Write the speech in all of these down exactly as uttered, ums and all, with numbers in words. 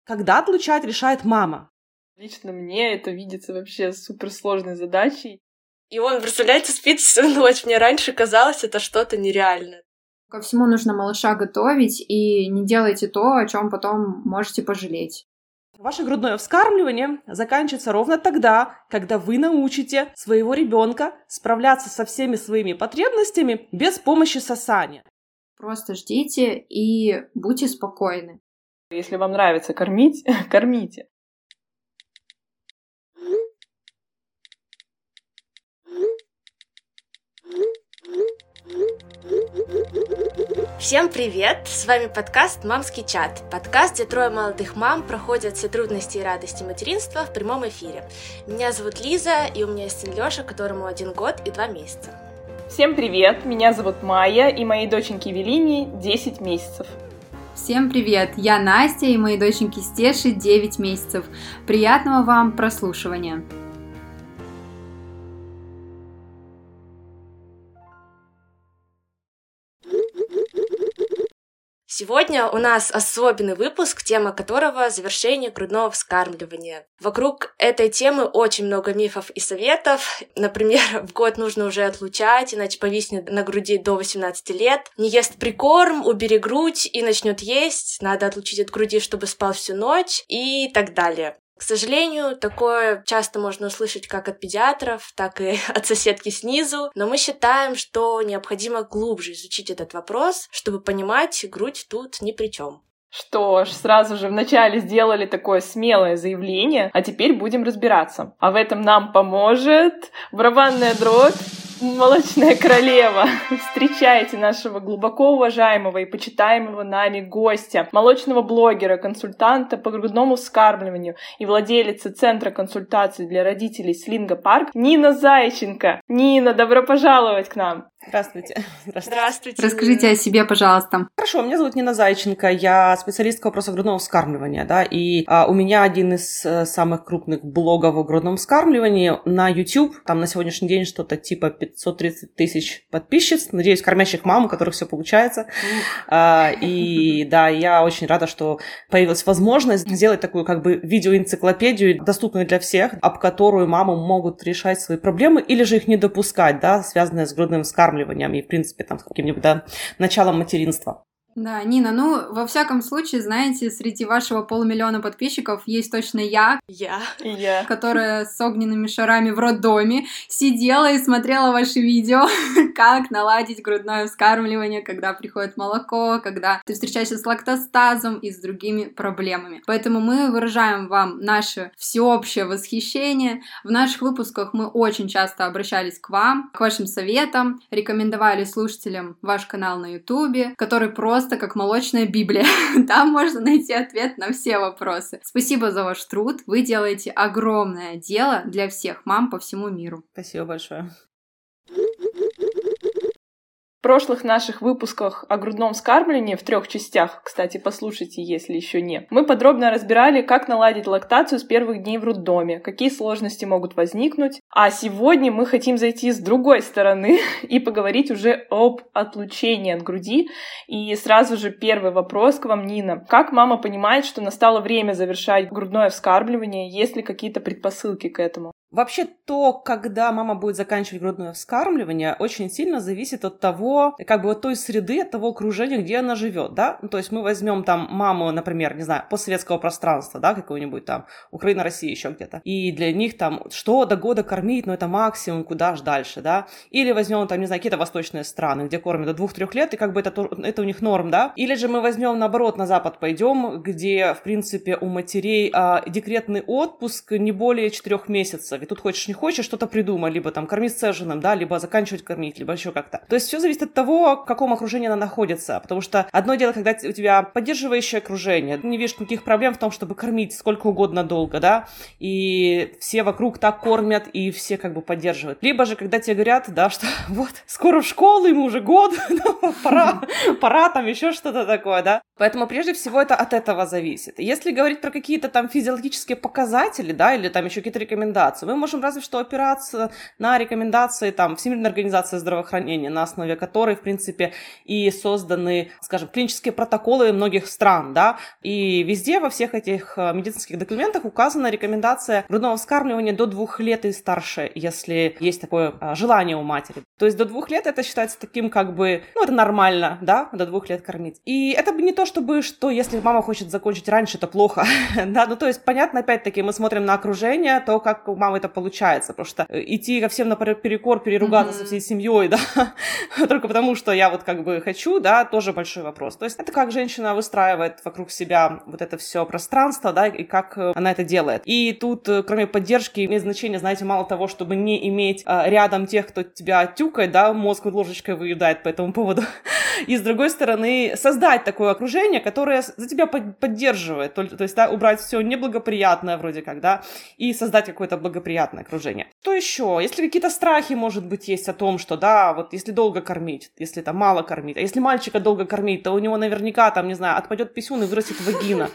Когда отлучать, решает мама. Лично мне это видится вообще суперсложной задачей. И он, представляете, спит всю ночь. Мне раньше казалось, это что-то нереальное. Ко всему нужно малыша готовить, и не делайте то, о чем потом можете пожалеть. Ваше грудное вскармливание заканчивается ровно тогда, когда вы научите своего ребенка справляться со всеми своими потребностями без помощи сосания. Просто ждите и будьте спокойны. Если вам нравится кормить, кормите. Всем привет! С вами подкаст «Мамский чат». Подкаст, где трое молодых мам проходят все трудности и радости материнства в прямом эфире. Меня зовут Лиза, и у меня есть сын Лёша, которому один год и два месяца. Всем привет! Меня зовут Майя, и моей доченьке Велине десять месяцев. Всем привет! Я Настя, и моей доченьке Стеше девять месяцев. Приятного вам прослушивания! Сегодня у нас особенный выпуск, тема которого — завершение грудного вскармливания. Вокруг этой темы очень много мифов и советов. Например, в год нужно уже отлучать, иначе повиснет на груди до восемнадцати лет. Не ест прикорм, убери грудь и начнет есть. Надо отлучить от груди, чтобы спал всю ночь и так далее. К сожалению, такое часто можно услышать как от педиатров, так и от соседки снизу, но мы считаем, что необходимо глубже изучить этот вопрос, чтобы понимать, грудь тут ни при чем. Что ж, сразу же вначале сделали такое смелое заявление, а теперь будем разбираться. А в этом нам поможет барабанная дробь, молочная королева. Встречайте нашего глубоко уважаемого и почитаемого нами гостя, молочного блогера, консультанта по грудному вскармливанию и владелицы Центра консультаций для родителей Слинга Парк Нина Зайченко. Нина, добро пожаловать к нам! Здравствуйте. Здравствуйте. Здравствуйте. Расскажите о себе, пожалуйста. Хорошо, меня зовут Нина Зайченко, я специалистка по вопросам грудного вскармливания, да, и а, у меня один из а, самых крупных блогов о грудном вскармливании на YouTube, там на сегодняшний день что-то типа пятьсот тридцать тысяч подписчиц, надеюсь, кормящих мам, у которых все получается, а, и да, я очень рада, что появилась возможность сделать такую как бы видеоэнциклопедию, доступную для всех, об которую мамы могут решать свои проблемы или же их не допускать, да, связанные с грудным вскармливанием и, в принципе, там, с каким-нибудь, да, началом материнства. Да, Нина, ну, во всяком случае, знаете, среди вашего полумиллиона подписчиков есть точно я. Я. Я. Которая с огненными шарами в роддоме сидела и смотрела ваши видео, как наладить грудное вскармливание, когда приходит молоко, когда ты встречаешься с лактостазом и с другими проблемами. Поэтому мы выражаем вам наше всеобщее восхищение. В наших выпусках мы очень часто обращались к вам, к вашим советам, рекомендовали слушателям ваш канал на Ютубе, который просто Просто как молочная Библия. Там можно найти ответ на все вопросы. Спасибо за ваш труд. Вы делаете огромное дело для всех мам по всему миру. Спасибо большое. В прошлых наших выпусках о грудном вскармливании в трех частях, кстати, послушайте, если еще не, мы подробно разбирали, как наладить лактацию с первых дней в роддоме, какие сложности могут возникнуть. А сегодня мы хотим зайти с другой стороны и поговорить уже об отлучении от груди. И сразу же первый вопрос к вам, Нина. Как мама понимает, что настало время завершать грудное вскармливание? Есть ли какие-то предпосылки к этому? Вообще то, когда мама будет заканчивать грудное вскармливание, очень сильно зависит от того, как бы от той среды, от того окружения, где она живет, да? Ну, то есть мы возьмем там маму, например, не знаю, постсоветского пространства, да, какого-нибудь там, Украина, Россия, еще где-то. И для них там что до года кормить, ну это максимум, куда ж дальше, да? Или возьмем там, не знаю, какие-то восточные страны, где кормят до двух-трех лет, и как бы это, это у них норм, да? Или же мы возьмем, наоборот, на Запад пойдем, где, в принципе, у матерей а, декретный отпуск не более четырех месяцев. И тут хочешь не хочешь, что-то придумай, либо там кормить сцеженным, да, либо заканчивать кормить, либо еще как-то. То есть все зависит от того, в каком окружении она находится, потому что одно дело, когда у тебя поддерживающее окружение, ты не видишь никаких проблем в том, чтобы кормить сколько угодно долго, да, и все вокруг так кормят, и все как бы поддерживают. Либо же, когда тебе говорят, да, что вот, скоро в школу, ему уже год, пора, пора там еще что-то такое, да. Поэтому прежде всего это от этого зависит. Если говорить про какие-то там физиологические показатели, да, или там еще какие-то рекомендации, Мы можем разве что опираться на рекомендации там, Всемирной организации здравоохранения, на основе которой, в принципе, и созданы, скажем, клинические протоколы многих стран, да, и везде во всех этих медицинских документах указана рекомендация грудного вскармливания до двух лет и старше, если есть такое желание у матери. То есть до двух лет это считается таким как бы, ну, это нормально, да, до двух лет кормить. И это не то чтобы, что если мама хочет закончить раньше, это плохо, да, ну, то есть, понятно, опять-таки, мы смотрим на окружение, то, как у мамы это получается, потому что идти ко всем наперекор, переругаться mm-hmm. со всей семьей, да, только потому, что я вот как бы хочу, да, тоже большой вопрос. То есть это как женщина выстраивает вокруг себя вот это все пространство, да, и как она это делает. И тут, кроме поддержки, имеет значение, знаете, мало того, чтобы не иметь а, рядом тех, кто тебя тюкает, да, мозг ложечкой выедает по этому поводу, и с другой стороны создать такое окружение, которое за тебя поддерживает, то, то есть да, убрать все неблагоприятное вроде как, да, и создать какое-то благоприятное окружение. Что еще? Если какие-то страхи, может быть, есть о том, что, да, вот если долго кормить, если там мало кормить, а если мальчика долго кормить, то у него наверняка там, не знаю, отпадет писюн и вырастет вагина.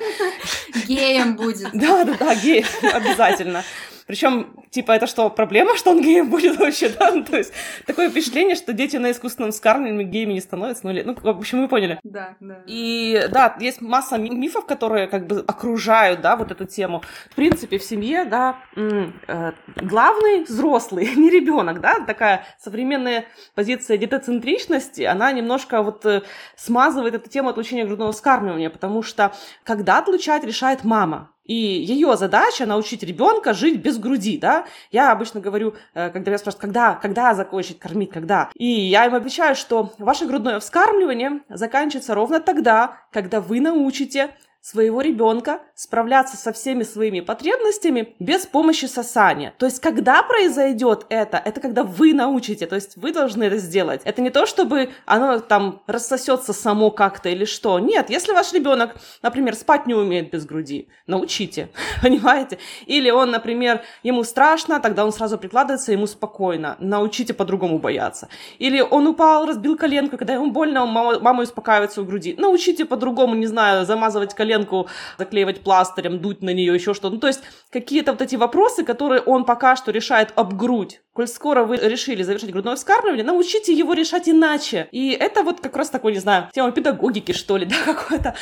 Геем будет. Да-да-да, геем, обязательно. Причем, типа, это что, проблема, что он геем будет вообще, да? Ну, то есть, такое впечатление, что дети на искусственном вскармливании геями не становятся, ну, или, ну, в общем, вы поняли. Да, да. И, да, есть масса мифов, которые, как бы, окружают, да, вот эту тему. В принципе, в семье, да, м- э, главный взрослый, не ребенок, да, такая современная позиция детоцентричности, она немножко вот э, смазывает эту тему отлучения грудного вскармливания, потому что, когда отлучать, решает мама. И ее задача научить ребенка жить без груди, да. Я обычно говорю, когда меня спрашивают, когда, когда закончить кормить, когда. И я им отвечаю, что ваше грудное вскармливание заканчивается ровно тогда, когда вы научите своего ребенка справляться со всеми своими потребностями без помощи сосания. То есть, когда произойдет это, это когда вы научите, то есть вы должны это сделать. Это не то, чтобы оно там рассосется само как-то или что. Нет, если ваш ребенок, например, спать не умеет без груди, научите, понимаете? Или он, например, ему страшно, тогда он сразу прикладывается, ему спокойно. Научите по-другому бояться. Или он упал, разбил коленку, когда ему больно, мама, мама успокаивается у груди. Научите по-другому, не знаю, замазывать коленку, заклеивать пластырем, дуть на нее, еще что-то. Ну, то есть какие-то вот эти вопросы, которые он пока что решает об грудь. Коль скоро вы решили завершить грудное вскармливание, научите его решать иначе. И это вот как раз такой, не знаю, тема педагогики, что ли, да, какой-то.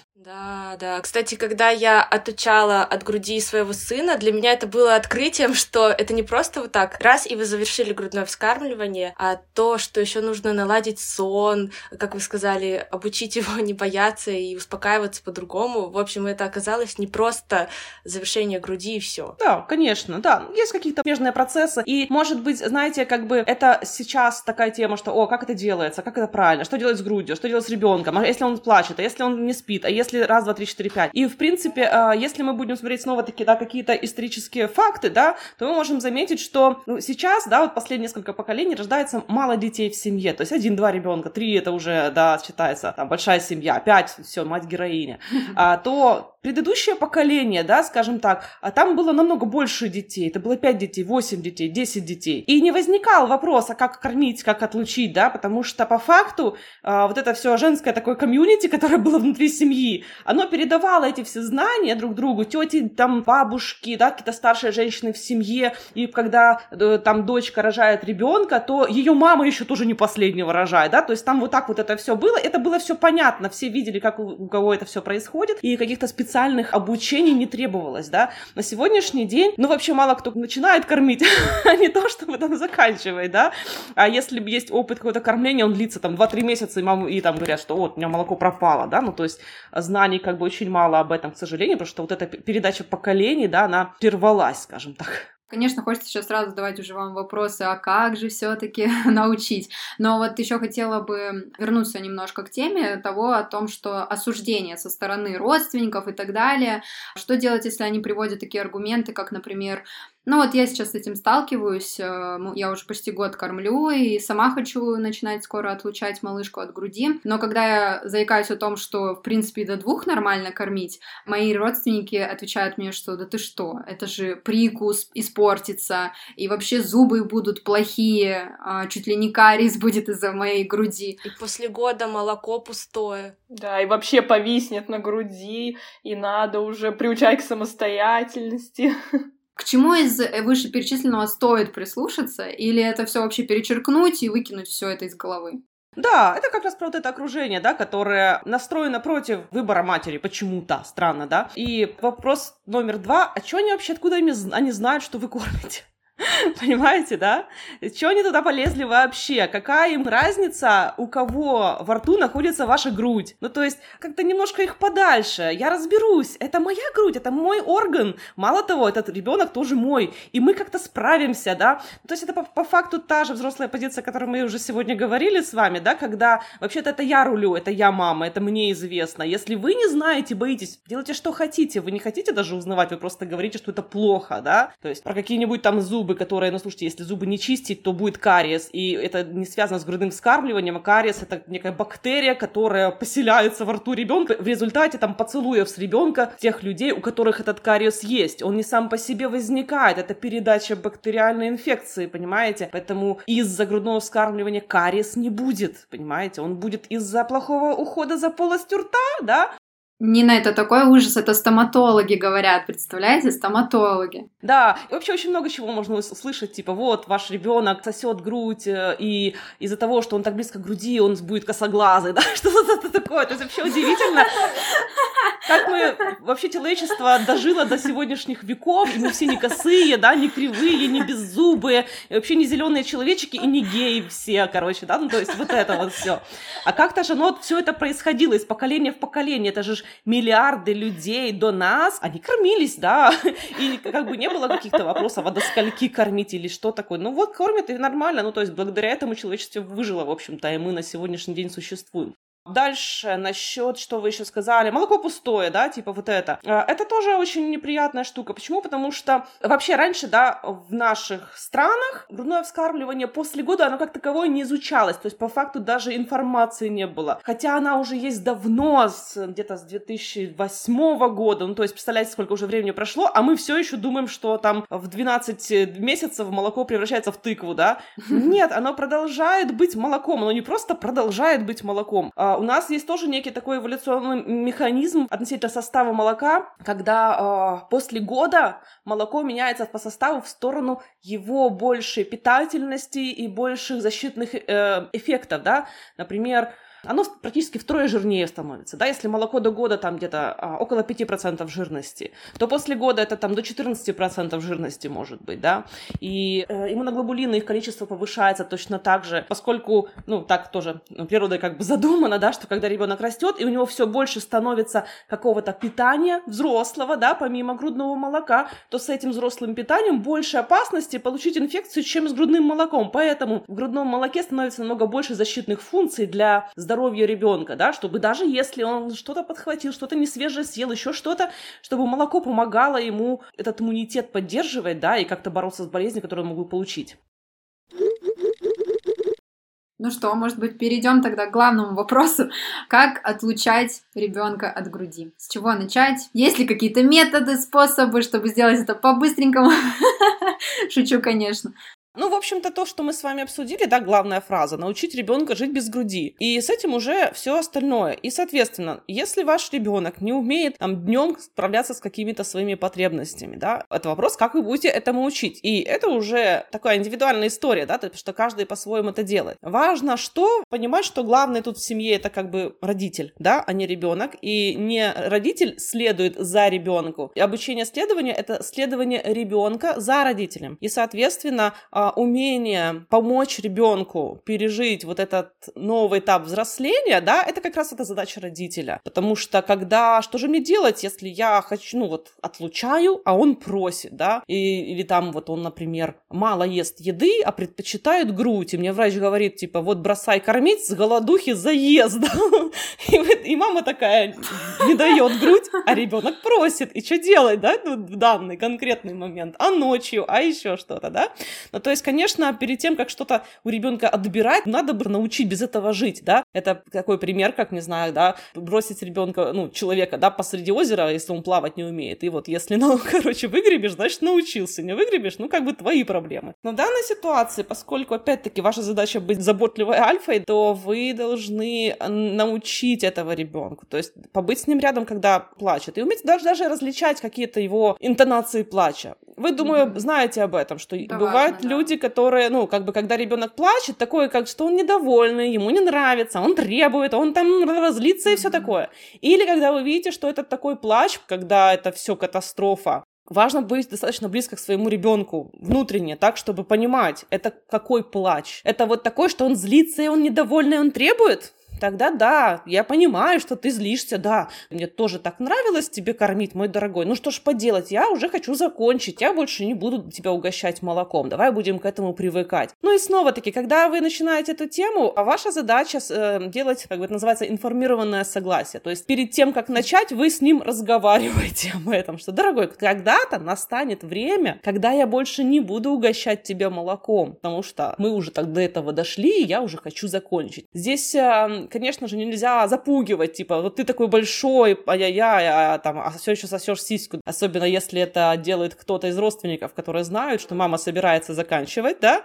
Да, да. Кстати, когда я отучала от груди своего сына, для меня это было открытием, что это не просто вот так, раз, и вы завершили грудное вскармливание, а то, что еще нужно наладить сон, как вы сказали, обучить его не бояться и успокаиваться по-другому. В общем, это оказалось не просто завершение груди и все. Да, конечно, да. Есть какие-то смежные процессы, и, может быть, знаете, как бы это сейчас такая тема, что, о, как это делается, как это правильно, что делать с грудью, что делать с ребенком, а если он плачет, а если он не спит, а если раз, два, три, четыре, пять. И, в принципе, если мы будем смотреть снова-таки, да, какие-то исторические факты, да, то мы можем заметить, что ну, сейчас, да, вот последние несколько поколений рождается мало детей в семье, то есть один-два ребенка, три это уже, да, считается там большая семья, пять, все, мать-героиня, а, то предыдущее поколение, да, скажем так, а там было намного больше детей, это было пять детей, восемь детей, десять детей, и не возникал вопрос, а как кормить, как отлучить, да, потому что по факту а, вот это все женское такое комьюнити, которое было внутри семьи, оно передавало эти все знания друг другу, тети, там, бабушки, да, какие-то старшие женщины в семье, и когда э, там дочка рожает ребенка, то ее мама еще тоже не последнего рожает, да, то есть там вот так вот это все было, это было все понятно, все видели, как у, у кого это все происходит, и каких-то специальных обучений не требовалось, да. На сегодняшний день, ну, вообще мало кто начинает кормить, а не то, чтобы там заканчивает, да. А если есть опыт какого-то кормления, он длится там два-три месяца, и, маму, и там говорят, что вот, у меня молоко пропало, да, ну, то есть знаний как бы очень мало об этом, к сожалению, потому что вот эта передача поколений, да, она прервалась, скажем так. Конечно, хочется сейчас сразу задавать уже вам вопросы, а как же все-таки научить? Но вот еще хотела бы вернуться немножко к теме того, о том, что осуждение со стороны родственников и так далее. Что делать, если они приводят такие аргументы, как, например, ну вот я сейчас с этим сталкиваюсь, я уже почти год кормлю и сама хочу начинать скоро отлучать малышку от груди, но когда я заикаюсь о том, что в принципе до двух нормально кормить, мои родственники отвечают мне, что да ты что, это же прикус испортится, и вообще зубы будут плохие, чуть ли не кариес будет из-за моей груди. И после года молоко пустое. Да, и вообще повиснет на груди, и надо уже приучать к самостоятельности. К чему из вышеперечисленного стоит прислушаться, или это все вообще перечеркнуть и выкинуть все это из головы? Да, это как раз про вот это окружение, да, которое настроено против выбора матери, почему-то, странно, да. И вопрос номер два, а что они вообще, откуда они, они знают, что вы кормите? Понимаете, да? Чего они туда полезли вообще? Какая им разница, у кого во рту находится ваша грудь? Ну, то есть, как-то немножко их подальше. Я разберусь. Это моя грудь, это мой орган. Мало того, этот ребенок тоже мой. И мы как-то справимся, да? То есть, это по, по факту та же взрослая позиция, о которой мы уже сегодня говорили с вами, да? Когда вообще-то это я рулю, это я мама, это мне известно. Если вы не знаете, боитесь, делайте что хотите. Вы не хотите даже узнавать, вы просто говорите, что это плохо, да? То есть, про какие-нибудь там зубы, которые, ну, слушайте, если зубы не чистить, то будет кариес, и это не связано с грудным вскармливанием, а кариес — это некая бактерия, которая поселяется во рту ребенка в результате там поцелуев с ребенка тех людей, у которых этот кариес есть. Он не сам по себе возникает, это передача бактериальной инфекции, понимаете? Поэтому из-за грудного вскармливания кариес не будет, понимаете? Он будет из-за плохого ухода за полостью рта, да? Нина, это такой ужас, это стоматологи говорят, представляете, стоматологи. Да, и вообще очень много чего можно услышать, типа, вот, ваш ребенок сосет грудь, и из-за того, что он так близко к груди, он будет косоглазый, да, что-то такое, то есть вообще удивительно, как мы, вообще человечество дожило до сегодняшних веков, и мы все не косые, да, не кривые, не беззубые, и вообще не зеленые человечки, и не геи все, короче, да, ну, то есть вот это вот все. А как-то же, ну, вот все это происходило из поколения в поколение, это же миллиарды людей до нас, они кормились, да, и как бы не было каких-то вопросов, а до скольки кормить или что такое. Ну вот кормят, и нормально, ну то есть благодаря этому человечество выжило, в общем-то, и мы на сегодняшний день существуем. Дальше, насчет, что вы еще сказали, молоко пустое, да, типа вот это. Это тоже очень неприятная штука. Почему? Потому что вообще раньше, да, в наших странах грудное вскармливание после года, оно как таковое не изучалось, то есть по факту даже информации не было. Хотя она уже есть давно, с, где-то с две тысячи восьмого года, ну то есть представляете, сколько уже времени прошло, а мы все еще думаем, что там в двенадцать месяцев молоко превращается в тыкву, да. Нет, оно продолжает быть молоком, оно не просто продолжает быть молоком. У нас есть тоже некий такой эволюционный механизм относительно состава молока, когда э, после года молоко меняется по составу в сторону его большей питательности и больших защитных э, эффектов, да, например, оно практически втрое жирнее становится, да, если молоко до года там где-то а, около пяти процентов жирности, то после года это там до четырнадцати процентов жирности может быть, да, и э, иммуноглобулины, их количество повышается точно так же, поскольку, ну, так тоже ну, природой как бы задумано, да, что когда ребенок растет, и у него все больше становится какого-то питания взрослого, да, помимо грудного молока, то с этим взрослым питанием больше опасности получить инфекцию, чем с грудным молоком, поэтому в грудном молоке становится намного больше защитных функций для здоровья здоровью ребенка, да, чтобы даже если он что-то подхватил, что-то несвежее съел, еще что-то, чтобы молоко помогало ему этот иммунитет поддерживать, да, и как-то бороться с болезнью, которую он мог бы получить. Ну что, может быть, перейдем тогда к главному вопросу. Как отлучать ребенка от груди? С чего начать? Есть ли какие-то методы, способы, чтобы сделать это по-быстренькому? Шучу, конечно. Ну, в общем-то, то, что мы с вами обсудили, да, главная фраза — научить ребенка жить без груди. И с этим уже все остальное. И, соответственно, если ваш ребенок не умеет там днем справляться с какими-то своими потребностями, да, это вопрос, как вы будете этому учить. И это уже такая индивидуальная история, да, потому что каждый по-своему это делает. Важно, что понимать, что главное тут в семье это как бы родитель, да, а не ребенок. И не родитель следует за ребенку. И обучение следованию — это следование ребенка за родителем. И, соответственно, умение помочь ребенку пережить вот этот новый этап взросления, да, это как раз эта задача родителя. Потому что когда, что же мне делать, если я хочу, ну вот, отлучаю, а он просит, да, и, или там вот он, например, мало ест еды, а предпочитает грудь, и мне врач говорит, типа, вот бросай кормить, с голодухи заест, да, и, и мама такая не дает грудь, а ребенок просит, и что делать, да, ну, в данный конкретный момент, а ночью, а еще что-то, да, ну, то есть, конечно, перед тем, как что-то у ребенка отбирать, надо бы научить без этого жить, да. Это такой пример, как, не знаю, да, бросить ребенка, ну, человека, да, посреди озера, если он плавать не умеет. И вот если, ну, короче, выгребешь, значит, научился. Не выгребешь, ну, как бы твои проблемы. Но в данной ситуации, поскольку, опять-таки, ваша задача быть заботливой альфой, то вы должны научить этого ребенка, то есть побыть с ним рядом, когда плачет. И уметь даже, даже различать какие-то его интонации плача. Вы, думаю, mm-hmm. знаете об этом, что это бывают важно, люди, да. которые, ну, как бы, когда ребенок плачет, такое, как, что он недовольный, ему не нравится, он требует, он там разлится mm-hmm. и все такое. Или когда вы видите, что это такой плач, когда это все катастрофа, важно быть достаточно близко к своему ребенку внутренне, так, чтобы понимать, это какой плач. Это вот такой, что он злится, и он недовольный, он требует? Тогда да, я понимаю, что ты злишься, да. Мне тоже так нравилось тебе кормить, мой дорогой. Ну что ж поделать, я уже хочу закончить, я больше не буду тебя угощать молоком. Давай будем к этому привыкать. Ну и снова-таки, когда вы начинаете эту тему, ваша задача э, делать, как бы это называется, информированное согласие. То есть перед тем, как начать, вы с ним разговариваете об этом, что, дорогой, когда-то настанет время, когда я больше не буду угощать тебя молоком, потому что мы уже так до этого дошли, и я уже хочу закончить. Здесь... Э, конечно же, нельзя запугивать, типа, вот ты такой большой, ай-яй-яй, а там а все еще сосешь сиську. Особенно если это делает кто-то из родственников, которые знают, что мама собирается заканчивать, да,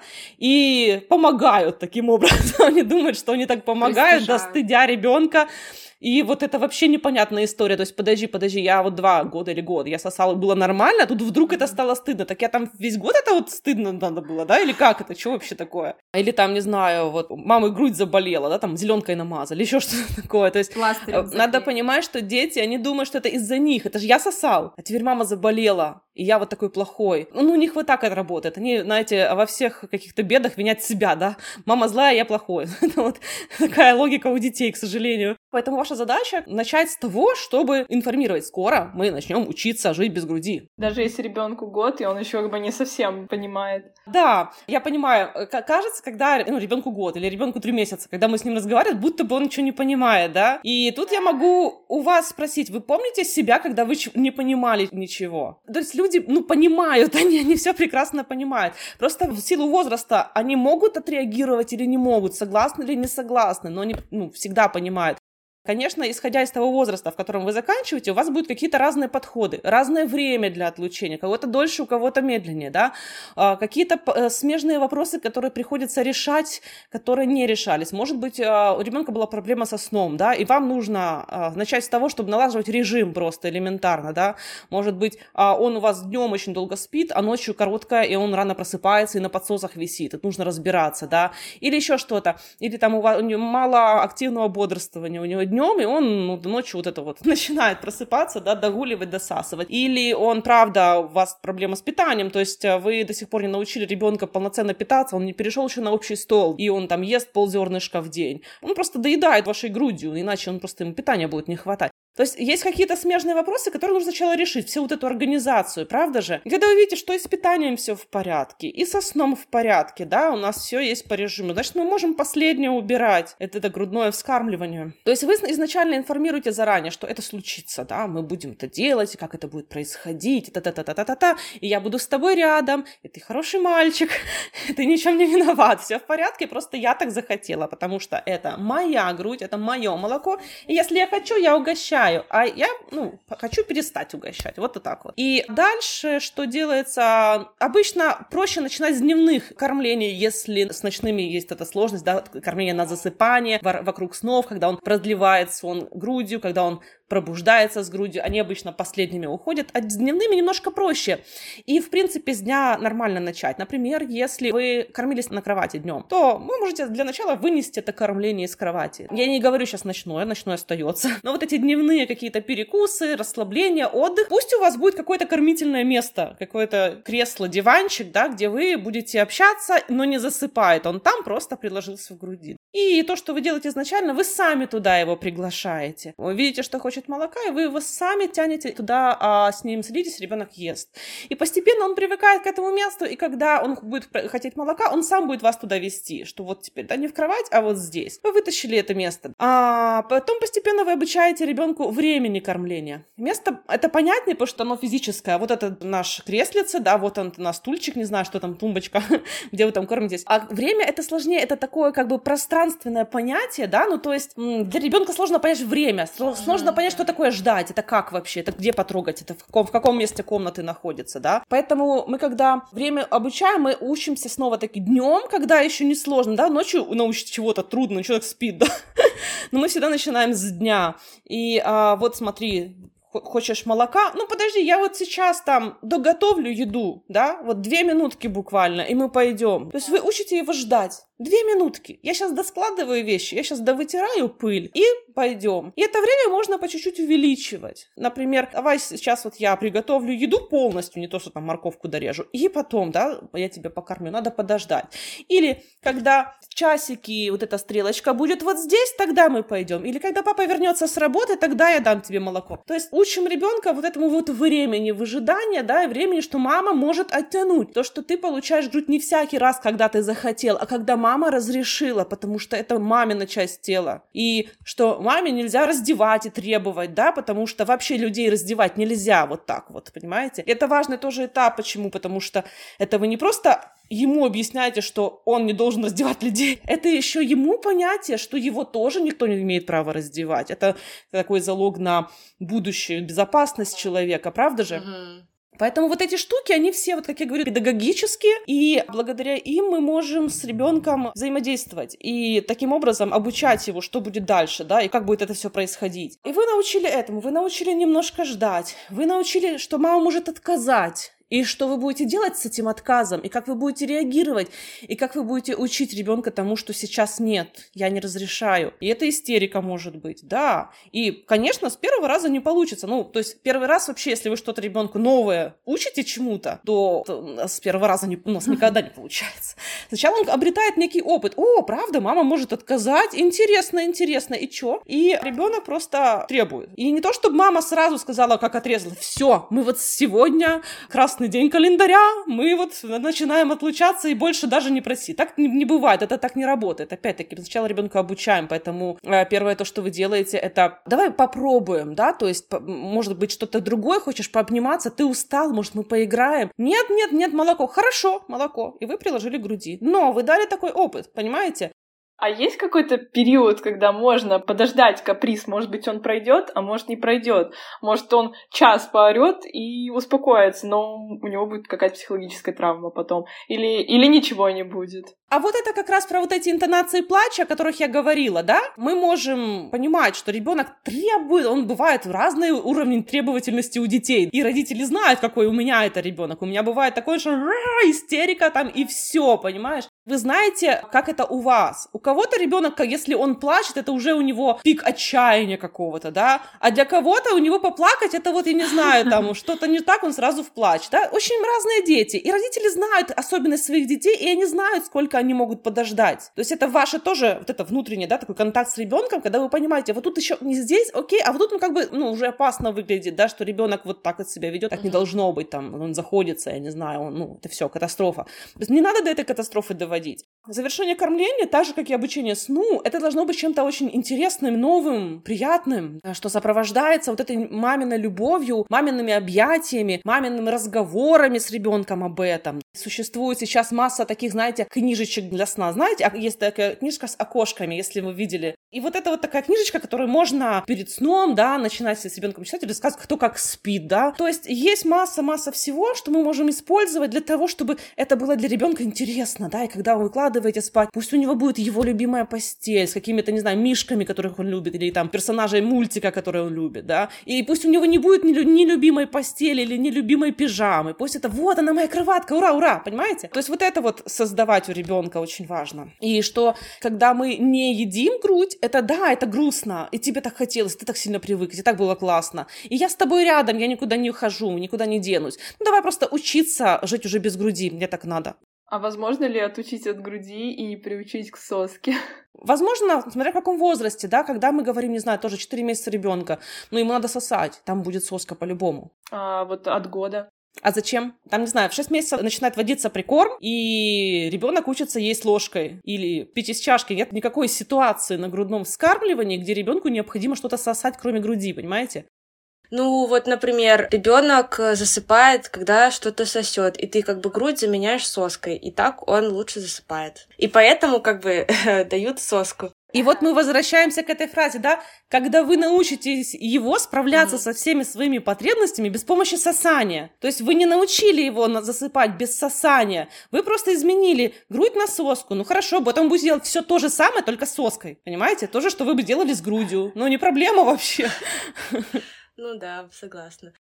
и помогают таким образом. Они думают, что они так помогают, до стыдя ребенка. И вот это вообще непонятная история. То есть, подожди, подожди, я вот два года или год, я сосала, было нормально, а тут вдруг это стало стыдно. Так я там весь год это вот стыдно надо было, да? Или как это? Что вообще такое? Или там, не знаю, вот мамы грудь заболела, да, там зеленкой намазали, еще что-то такое. То есть, пластырем надо заклеить. Понимать, что дети, они думают, что это из-за них. Это же я сосал, а теперь мама заболела, и я вот такой плохой. Ну, у них вот так это работает. Они, знаете, во всех каких-то бедах винят себя, да? Мама злая, я плохой. Это вот такая логика у детей, к сожалению. Поэтому ваша задача начать с того, чтобы информировать. Скоро мы начнем учиться жить без груди. Даже если ребенку год, и он еще как бы не совсем понимает. Да, я понимаю. Кажется, когда ну, ребенку год или ребенку три месяца, когда мы с ним разговариваем, будто бы он ничего не понимает, да? И тут я могу у вас спросить, вы помните себя, когда вы не понимали ничего? То есть люди, ну, понимают, они, они все прекрасно понимают. Просто в силу возраста они могут отреагировать или не могут, согласны или не согласны, но они ну, всегда понимают. Конечно, исходя из того возраста, в котором вы заканчиваете, у вас будут какие-то разные подходы, разное время для отлучения, у кого-то дольше, у кого-то медленнее, да, какие-то смежные вопросы, которые приходится решать, которые не решались. Может быть, у ребенка была проблема со сном, да, и вам нужно начать с того, чтобы налаживать режим просто элементарно, да. Может быть, он у вас днем очень долго спит, а ночью короткая, и он рано просыпается и на подсосах висит, это нужно разбираться, да, или еще что-то, или там у, вас, у него мало активного бодрствования, у него днем, и он ну, ночью вот это вот начинает просыпаться, да, догуливать, досасывать. Или он, правда, у вас проблема с питанием, то есть вы до сих пор не научили ребенка полноценно питаться, он не перешел еще на общий стол, и он там ест ползернышка в день. Он просто доедает вашей грудью, иначе он просто ему питания будет не хватать. То есть есть какие-то смежные вопросы, которые нужно сначала решить, всю вот эту организацию, правда же? И когда вы видите, что и с питанием все в порядке, и со сном в порядке, да, у нас все есть по режиму, значит, мы можем последнее убирать, это, это грудное вскармливание. То есть вы изначально информируете заранее, что это случится, да, мы будем это делать, как это будет происходить, та-та-та-та-та-та, и я буду с тобой рядом, и ты хороший мальчик, ты ничем не виноват, все в порядке, просто я так захотела, потому что это моя грудь, это мое молоко, и если я хочу, я угощаю. А я, ну, хочу перестать угощать. Вот и так вот. И дальше, что делается? Обычно проще начинать с дневных кормлений, если с ночными есть эта сложность, да, кормление на засыпание, вокруг снов, когда он продлевает сон грудью, когда он пробуждается с грудью, они обычно последними уходят, а с дневными немножко проще. И, в принципе, с дня нормально начать. Например, если вы кормились на кровати днем, то вы можете для начала вынести это кормление из кровати. Я не говорю сейчас ночное, ночное остается, но вот эти дневные какие-то перекусы, расслабление, отдых, пусть у вас будет какое-то кормительное место, какое-то кресло, диванчик, да, где вы будете общаться, но не засыпает, он там просто приложился в груди. И то, что вы делаете изначально, вы сами туда его приглашаете. Вы видите, что хочет молока, и вы его сами тянете туда, а с ним садитесь, ребенок ест. И постепенно он привыкает к этому месту, и когда он будет хотеть молока, он сам будет вас туда вести, что вот теперь, да, не в кровать, а вот здесь. Вы вытащили это место. А потом постепенно вы обучаете ребенку времени кормления. Место, это понятнее, потому что оно физическое. Вот это наш креслице, да, вот он на стульчик, не знаю, что там, тумбочка, где вы там кормитесь. А время это сложнее, это такое как бы пространственное понятие, да, ну то есть для ребенка сложно понять время, сложно понять, что такое ждать, это как вообще, это где потрогать, это в каком, в каком месте комнаты находится, да. Поэтому мы, когда время обучаем, мы учимся снова-таки днем, когда еще не сложно, да, ночью научить чего-то трудно, человек спит, да, но мы всегда начинаем с дня. И а, вот смотри, хочешь молока? Ну, подожди, я вот сейчас там доготовлю еду, да, вот две минутки буквально, и мы пойдем. То есть вы учите его ждать. Две минутки. Я сейчас доскладываю вещи, я сейчас довытираю пыль, и пойдем. И это время можно по чуть-чуть увеличивать. Например, давай сейчас вот я приготовлю еду полностью, не то, что там морковку дорежу, и потом, да, я тебя покормлю, надо подождать. Или когда часики, вот эта стрелочка будет вот здесь, тогда мы пойдем. Или когда папа вернется с работы, тогда я дам тебе молоко. То есть учим ребенка вот этому вот времени, выжидания, да, и времени, что мама может оттянуть. То, что ты получаешь грудь не всякий раз, когда ты захотел, а когда мама разрешила, потому что это мамина часть тела. И что маме нельзя раздевать и требовать, да, потому что вообще людей раздевать нельзя вот так вот, понимаете? Это важный тоже этап. Почему? Потому что это вы не просто ему объясняете, что он не должен раздевать людей. Это еще ему понятие, что его тоже никто не имеет права раздевать. Это такой залог на будущую безопасность человека, правда же? Mm-hmm. Поэтому вот эти штуки, они все, вот как я говорю, педагогические, и благодаря им мы можем с ребенком взаимодействовать и таким образом обучать его, что будет дальше, да, и как будет это все происходить. И вы научили этому, вы научили немножко ждать, вы научили, что мама может отказать. И что вы будете делать с этим отказом, и как вы будете реагировать, и как вы будете учить ребенка тому, что сейчас нет, я не разрешаю. И это истерика может быть, да. И, конечно, с первого раза не получится. Ну, то есть первый раз вообще, если вы что-то ребенку новое учите чему-то, то, то с первого раза не, у нас никогда не получается. Сначала он обретает некий опыт. О, правда, мама может отказать, интересно, интересно, и чё? И ребенок просто требует. И не то, чтобы мама сразу сказала, как отрезала, все, мы вот сегодня красный день календаря, мы вот начинаем отлучаться и больше даже не проси. Так не, не бывает, это так не работает. Опять-таки, сначала ребенка обучаем, поэтому э, первое то, что вы делаете, это давай попробуем, да, то есть, по- может быть, что-то другое, хочешь пообниматься, ты устал, может, мы поиграем. Нет, нет, нет, молоко. Хорошо, молоко. И вы приложили к груди. Но вы дали такой опыт, понимаете? А есть какой-то период, когда можно подождать каприз? Может быть, он пройдет, а может, не пройдет. Может, он час поорет и успокоится, но у него будет какая-то психологическая травма потом. Или, или ничего не будет. А вот это как раз про вот эти интонации плача, о которых я говорила, да? Мы можем понимать, что ребенок требует, он бывает разные уровни требовательности у детей. И родители знают, какой у меня это ребенок. У меня бывает такое, что истерика там и все, понимаешь? Вы знаете, как это у вас. У кого-то ребенок, если он плачет, это уже у него пик отчаяния какого-то, да? А для кого-то у него поплакать, это вот, я не знаю, там что-то не так, он сразу в плач, да? Очень разные дети. И родители знают особенность своих детей, и они знают, сколько они могут подождать. То есть это ваше тоже, вот это внутренний, да, такой контакт с ребенком, когда вы понимаете, вот тут еще не здесь, окей, а вот тут, ну, как бы, ну, уже опасно выглядит, да, что ребенок вот так вот себя ведет, так не должно быть, там, он заходится, я не знаю, он, ну, это все, катастрофа. То есть не надо до этой катастрофы доводить. Завершение кормления, так же, как и обучение сну, это должно быть чем-то очень интересным, новым, приятным, что сопровождается вот этой маминой любовью, мамиными объятиями, мамиными разговорами с ребенком об этом. Существует сейчас масса таких, знаете, книжечек для сна. Знаете, есть такая книжка с окошками, если вы видели. И вот это вот такая книжечка, которую можно перед сном, да, начинать с ребенком читать и рассказывать, кто как спит, да. То есть есть масса-масса всего, что мы можем использовать для того, чтобы это было для ребенка интересно, да, и когда вы укладываете спать, пусть у него будет его любимая постель с какими-то, не знаю, мишками, которых он любит, или там персонажей мультика, которые он любит, да, и пусть у него не будет ни, ни любимой постели или ни любимой пижамы, пусть это вот она моя кроватка, ура, ура, понимаете? То есть вот это вот создавать у ребенка очень важно. И что, когда мы не едим грудь, это да, это грустно, и тебе так хотелось, ты так сильно привык, и так было классно, и я с тобой рядом, я никуда не ухожу, никуда не денусь. Ну давай просто учиться жить уже без груди, мне так надо. А возможно ли отучить от груди и приучить к соске? Возможно, смотря в каком возрасте, да, когда мы говорим, не знаю, тоже четыре месяца ребенка, но ему надо сосать, там будет соска по-любому. А вот от года? А зачем? Там, не знаю, в шесть месяцев начинает водиться прикорм, и ребенок учится есть ложкой или пить из чашки. Нет никакой ситуации на грудном вскармливании, где ребенку необходимо что-то сосать, кроме груди, понимаете? Ну, вот, например, ребенок засыпает, когда что-то сосет, и ты как бы грудь заменяешь соской, и так он лучше засыпает. И поэтому как бы дают соску. И вот мы возвращаемся к этой фразе, да, когда вы научитесь его справляться mm-hmm. со всеми своими потребностями без помощи сосания. То есть вы не научили его засыпать без сосания, вы просто изменили грудь на соску. Ну хорошо, потом будете делать все то же самое, только с соской, понимаете? То же, что вы бы делали с грудью. Ну не проблема вообще. Ну да, согласна.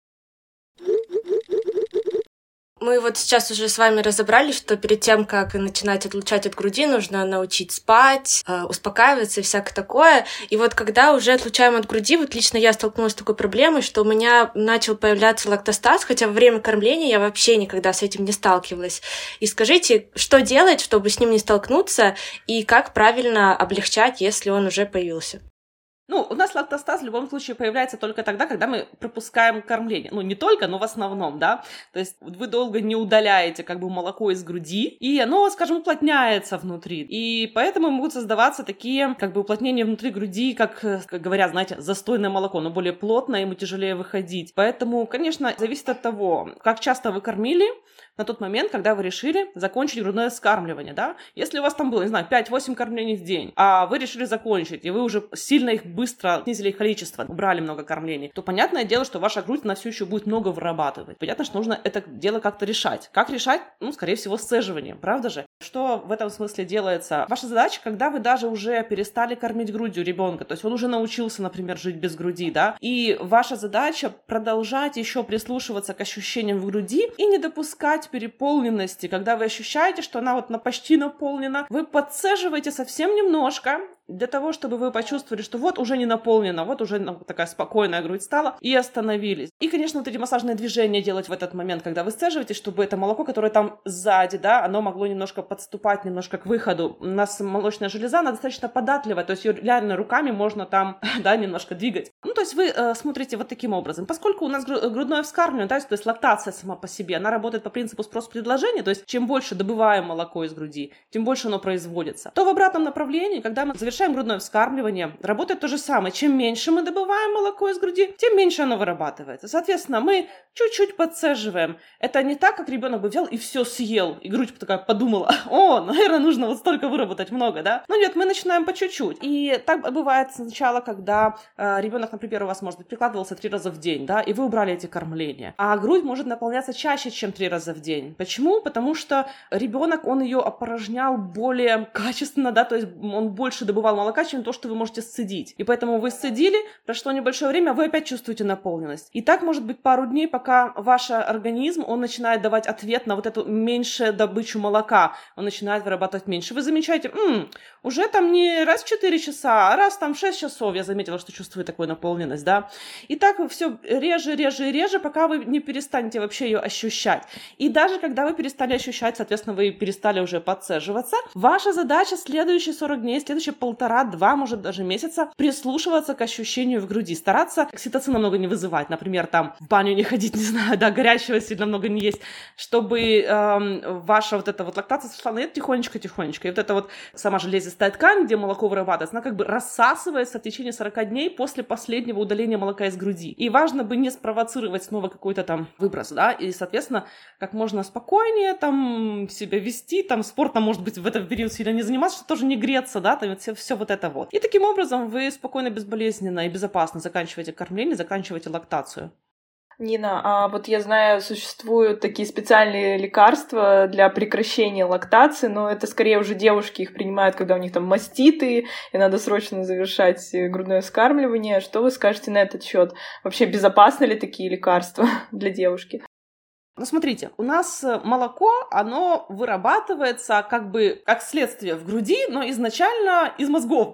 Мы вот сейчас уже с вами разобрали, что перед тем, как начинать отлучать от груди, нужно научить спать, э, успокаиваться и всякое такое. И вот когда уже отлучаем от груди, вот лично я столкнулась с такой проблемой, что у меня начал появляться лактостаз, хотя во время кормления я вообще никогда с этим не сталкивалась. И скажите, что делать, чтобы с ним не столкнуться, и как правильно облегчать, если он уже появился? Ну, у нас лактостаз в любом случае появляется только тогда, когда мы пропускаем кормление. Ну, не только, но в основном, да. То есть вы долго не удаляете как бы молоко из груди, и оно, скажем, уплотняется внутри. И поэтому могут создаваться такие как бы уплотнения внутри груди, как, как говорят, знаете, застойное молоко. Оно более плотное, ему тяжелее выходить. Поэтому, конечно, зависит от того, как часто вы кормили на тот момент, когда вы решили закончить грудное вскармливание, да. Если у вас там было, не знаю, пять-восемь кормлений в день, а вы решили закончить, и вы уже сильно их быстро снизили их количество, убрали много кормлений, то понятное дело, что ваша грудь, она все еще будет много вырабатывать. Понятно, что нужно это дело как-то решать. Как решать? Ну, скорее всего, сцеживанием, правда же? Что в этом смысле делается? Ваша задача, когда вы даже уже перестали кормить грудью ребенка, то есть он уже научился, например, жить без груди, да, и ваша задача продолжать еще прислушиваться к ощущениям в груди и не допускать переполненности. Когда вы ощущаете, что она вот на почти наполнена, вы подцеживаете совсем немножко, для того, чтобы вы почувствовали, что вот уже не наполнена, вот уже ну, такая спокойная грудь стала, и остановились. И, конечно, вот эти массажные движения делать в этот момент, когда вы сцеживаете, чтобы это молоко, которое там сзади, да, оно могло немножко подступать, немножко к выходу. У нас молочная железа, она достаточно податливая, то есть ее реально руками можно там, да, немножко двигать. Ну, то есть вы э, смотрите вот таким образом. Поскольку у нас гру- грудное вскармливание, да, то есть лактация сама по себе, она работает по принципу спрос-предложения, то есть чем больше добываем молоко из груди, тем больше оно производится. То в обратном направлении, когда мы завершаем грудное вскармливание, работает то же самое. Чем меньше мы добываем молоко из груди, тем меньше оно вырабатывается. Соответственно, мы чуть-чуть подцеживаем. Это не так, как ребенок бы взял и все съел, и грудь такая подумала: о, наверное, нужно вот столько выработать много, да? Но нет, мы начинаем по чуть-чуть. И так бывает сначала, когда э, ребенок, например, у вас, может быть, прикладывался три раза в день, да, и вы убрали эти кормления. А грудь может наполняться чаще, чем три раза в день. Почему? Потому что ребенок, он ее опорожнял более качественно, да, то есть он больше добывал молока, чем то, что вы можете сцедить. И поэтому вы сцедили, прошло небольшое время, вы опять чувствуете наполненность. И так может быть пару дней, пока ваш организм, он начинает давать ответ на вот эту меньшую добычу молока. Он начинает вырабатывать меньше. Вы замечаете, м-м, уже там не раз в четыре часа, а раз там в шесть часов я заметила, что чувствую такую наполненность, да. И так все реже, реже и реже, пока вы не перестанете вообще ее ощущать. И даже когда вы перестали ощущать, соответственно, вы перестали уже подцеживаться, ваша задача следующие сорок дней, следующие полтора-два, может даже месяца прислушиваться к ощущению в груди, стараться окситоцина много не вызывать, например, там в баню не ходить, не знаю, да, горячего сильно много не есть, чтобы эм, ваша вот эта вот лактация сошла на нет тихонечко-тихонечко. И вот эта вот сама железистая ткань, где молоко вырабатывается, она как бы рассасывается в течение сорока дней после последнего удаления молока из груди. И важно бы не спровоцировать снова какой-то там выброс, да, и, соответственно, как можно спокойнее там себя вести, там спортом, может быть, в этот период сильно не заниматься, чтобы тоже не греться, да, там все, все вот это вот. И таким образом вы спокойно, безболезненно и безопасно заканчиваете кормление, заканчиваете лактацию. Нина, а вот я знаю, существуют такие специальные лекарства для прекращения лактации, но это скорее уже девушки их принимают, когда у них там маститы, и надо срочно завершать грудное вскармливание. Что вы скажете на этот счет? Вообще безопасны ли такие лекарства для девушки? Ну, смотрите, у нас молоко, оно вырабатывается как бы как следствие в груди, но изначально из мозгов.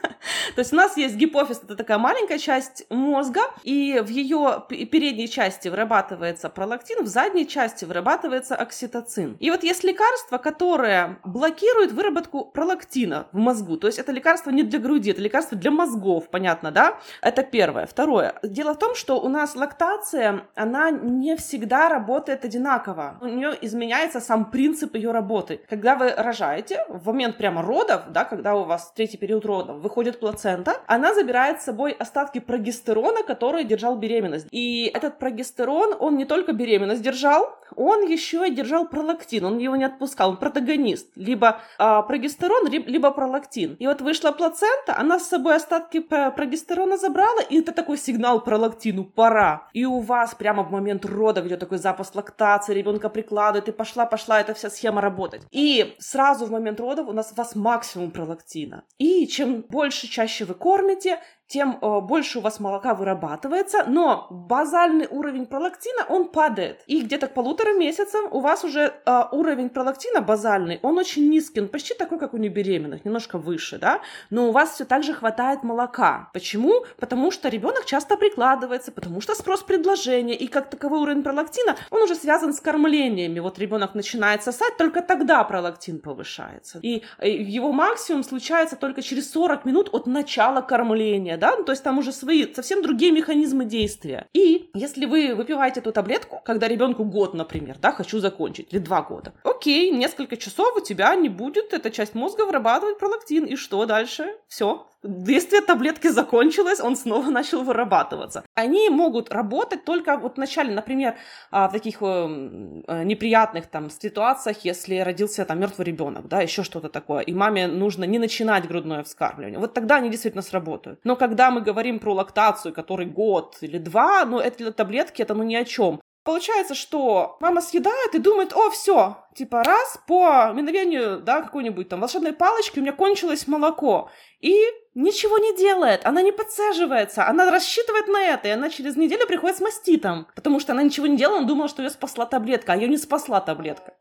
То есть у нас есть гипофиз, это такая маленькая часть мозга, и в ее передней части вырабатывается пролактин, в задней части вырабатывается окситоцин. И вот есть лекарство, которое блокирует выработку пролактина в мозгу, то есть это лекарство не для груди, это лекарство для мозгов, понятно, да? Это первое. Второе. Дело в том, что у нас лактация, она не всегда работает одинаково. У нее изменяется сам принцип ее работы. Когда вы рожаете, в момент прямо родов, да, когда у вас третий период родов, выходит плацента, она забирает с собой остатки прогестерона, который держал беременность. И этот прогестерон, он не только беременность держал, он еще и держал пролактин, он его не отпускал, он протагонист. Либо а, прогестерон, либо пролактин. И вот вышла плацента, она с собой остатки прогестерона забрала, и это такой сигнал пролактину, пора. И у вас прямо в момент родов идет такой запуск лактации, ребенка прикладывает, и пошла-пошла эта вся схема работать. И сразу в момент родов у нас у вас максимум пролактина. И чем больше, чаще вы кормите, тем э, больше у вас молока вырабатывается, но базальный уровень пролактина, он падает. И где-то к полутора месяцам у вас уже э, уровень пролактина базальный, он очень низкий, он почти такой, как у небеременных, немножко выше, да, но у вас все так же хватает молока. Почему? Потому что ребенок часто прикладывается, потому что спрос предложения, и как таковой уровень пролактина, он уже связан с кормлениями. Вот ребенок начинает сосать, только тогда пролактин повышается. И его максимум случается только через сорок минут от начала кормления, да, ну, то есть там уже свои совсем другие механизмы действия. И если вы выпиваете эту таблетку, когда ребенку год, например, да, хочу закончить, или два года, окей, несколько часов у тебя не будет эта часть мозга вырабатывать пролактин, и что дальше? Все. Действие таблетки закончилось, он снова начал вырабатываться. Они могут работать только вот в начале, например, в таких неприятных там ситуациях, если родился там мертвый ребенок, да, еще что-то такое, и маме нужно не начинать грудное вскармливание. Вот тогда они действительно сработают. Но когда мы говорим про лактацию, который год или два, ну, эти таблетки, это ну ни о чем. Получается, что мама съедает и думает, о, все, типа раз по мгновению, да, какой-нибудь там волшебной палочки у меня кончилось молоко. И ничего не делает, она не подсаживается, она рассчитывает на это, и она через неделю приходит с маститом, потому что она ничего не делала, она думала, что ее спасла таблетка, а ее не спасла таблетка.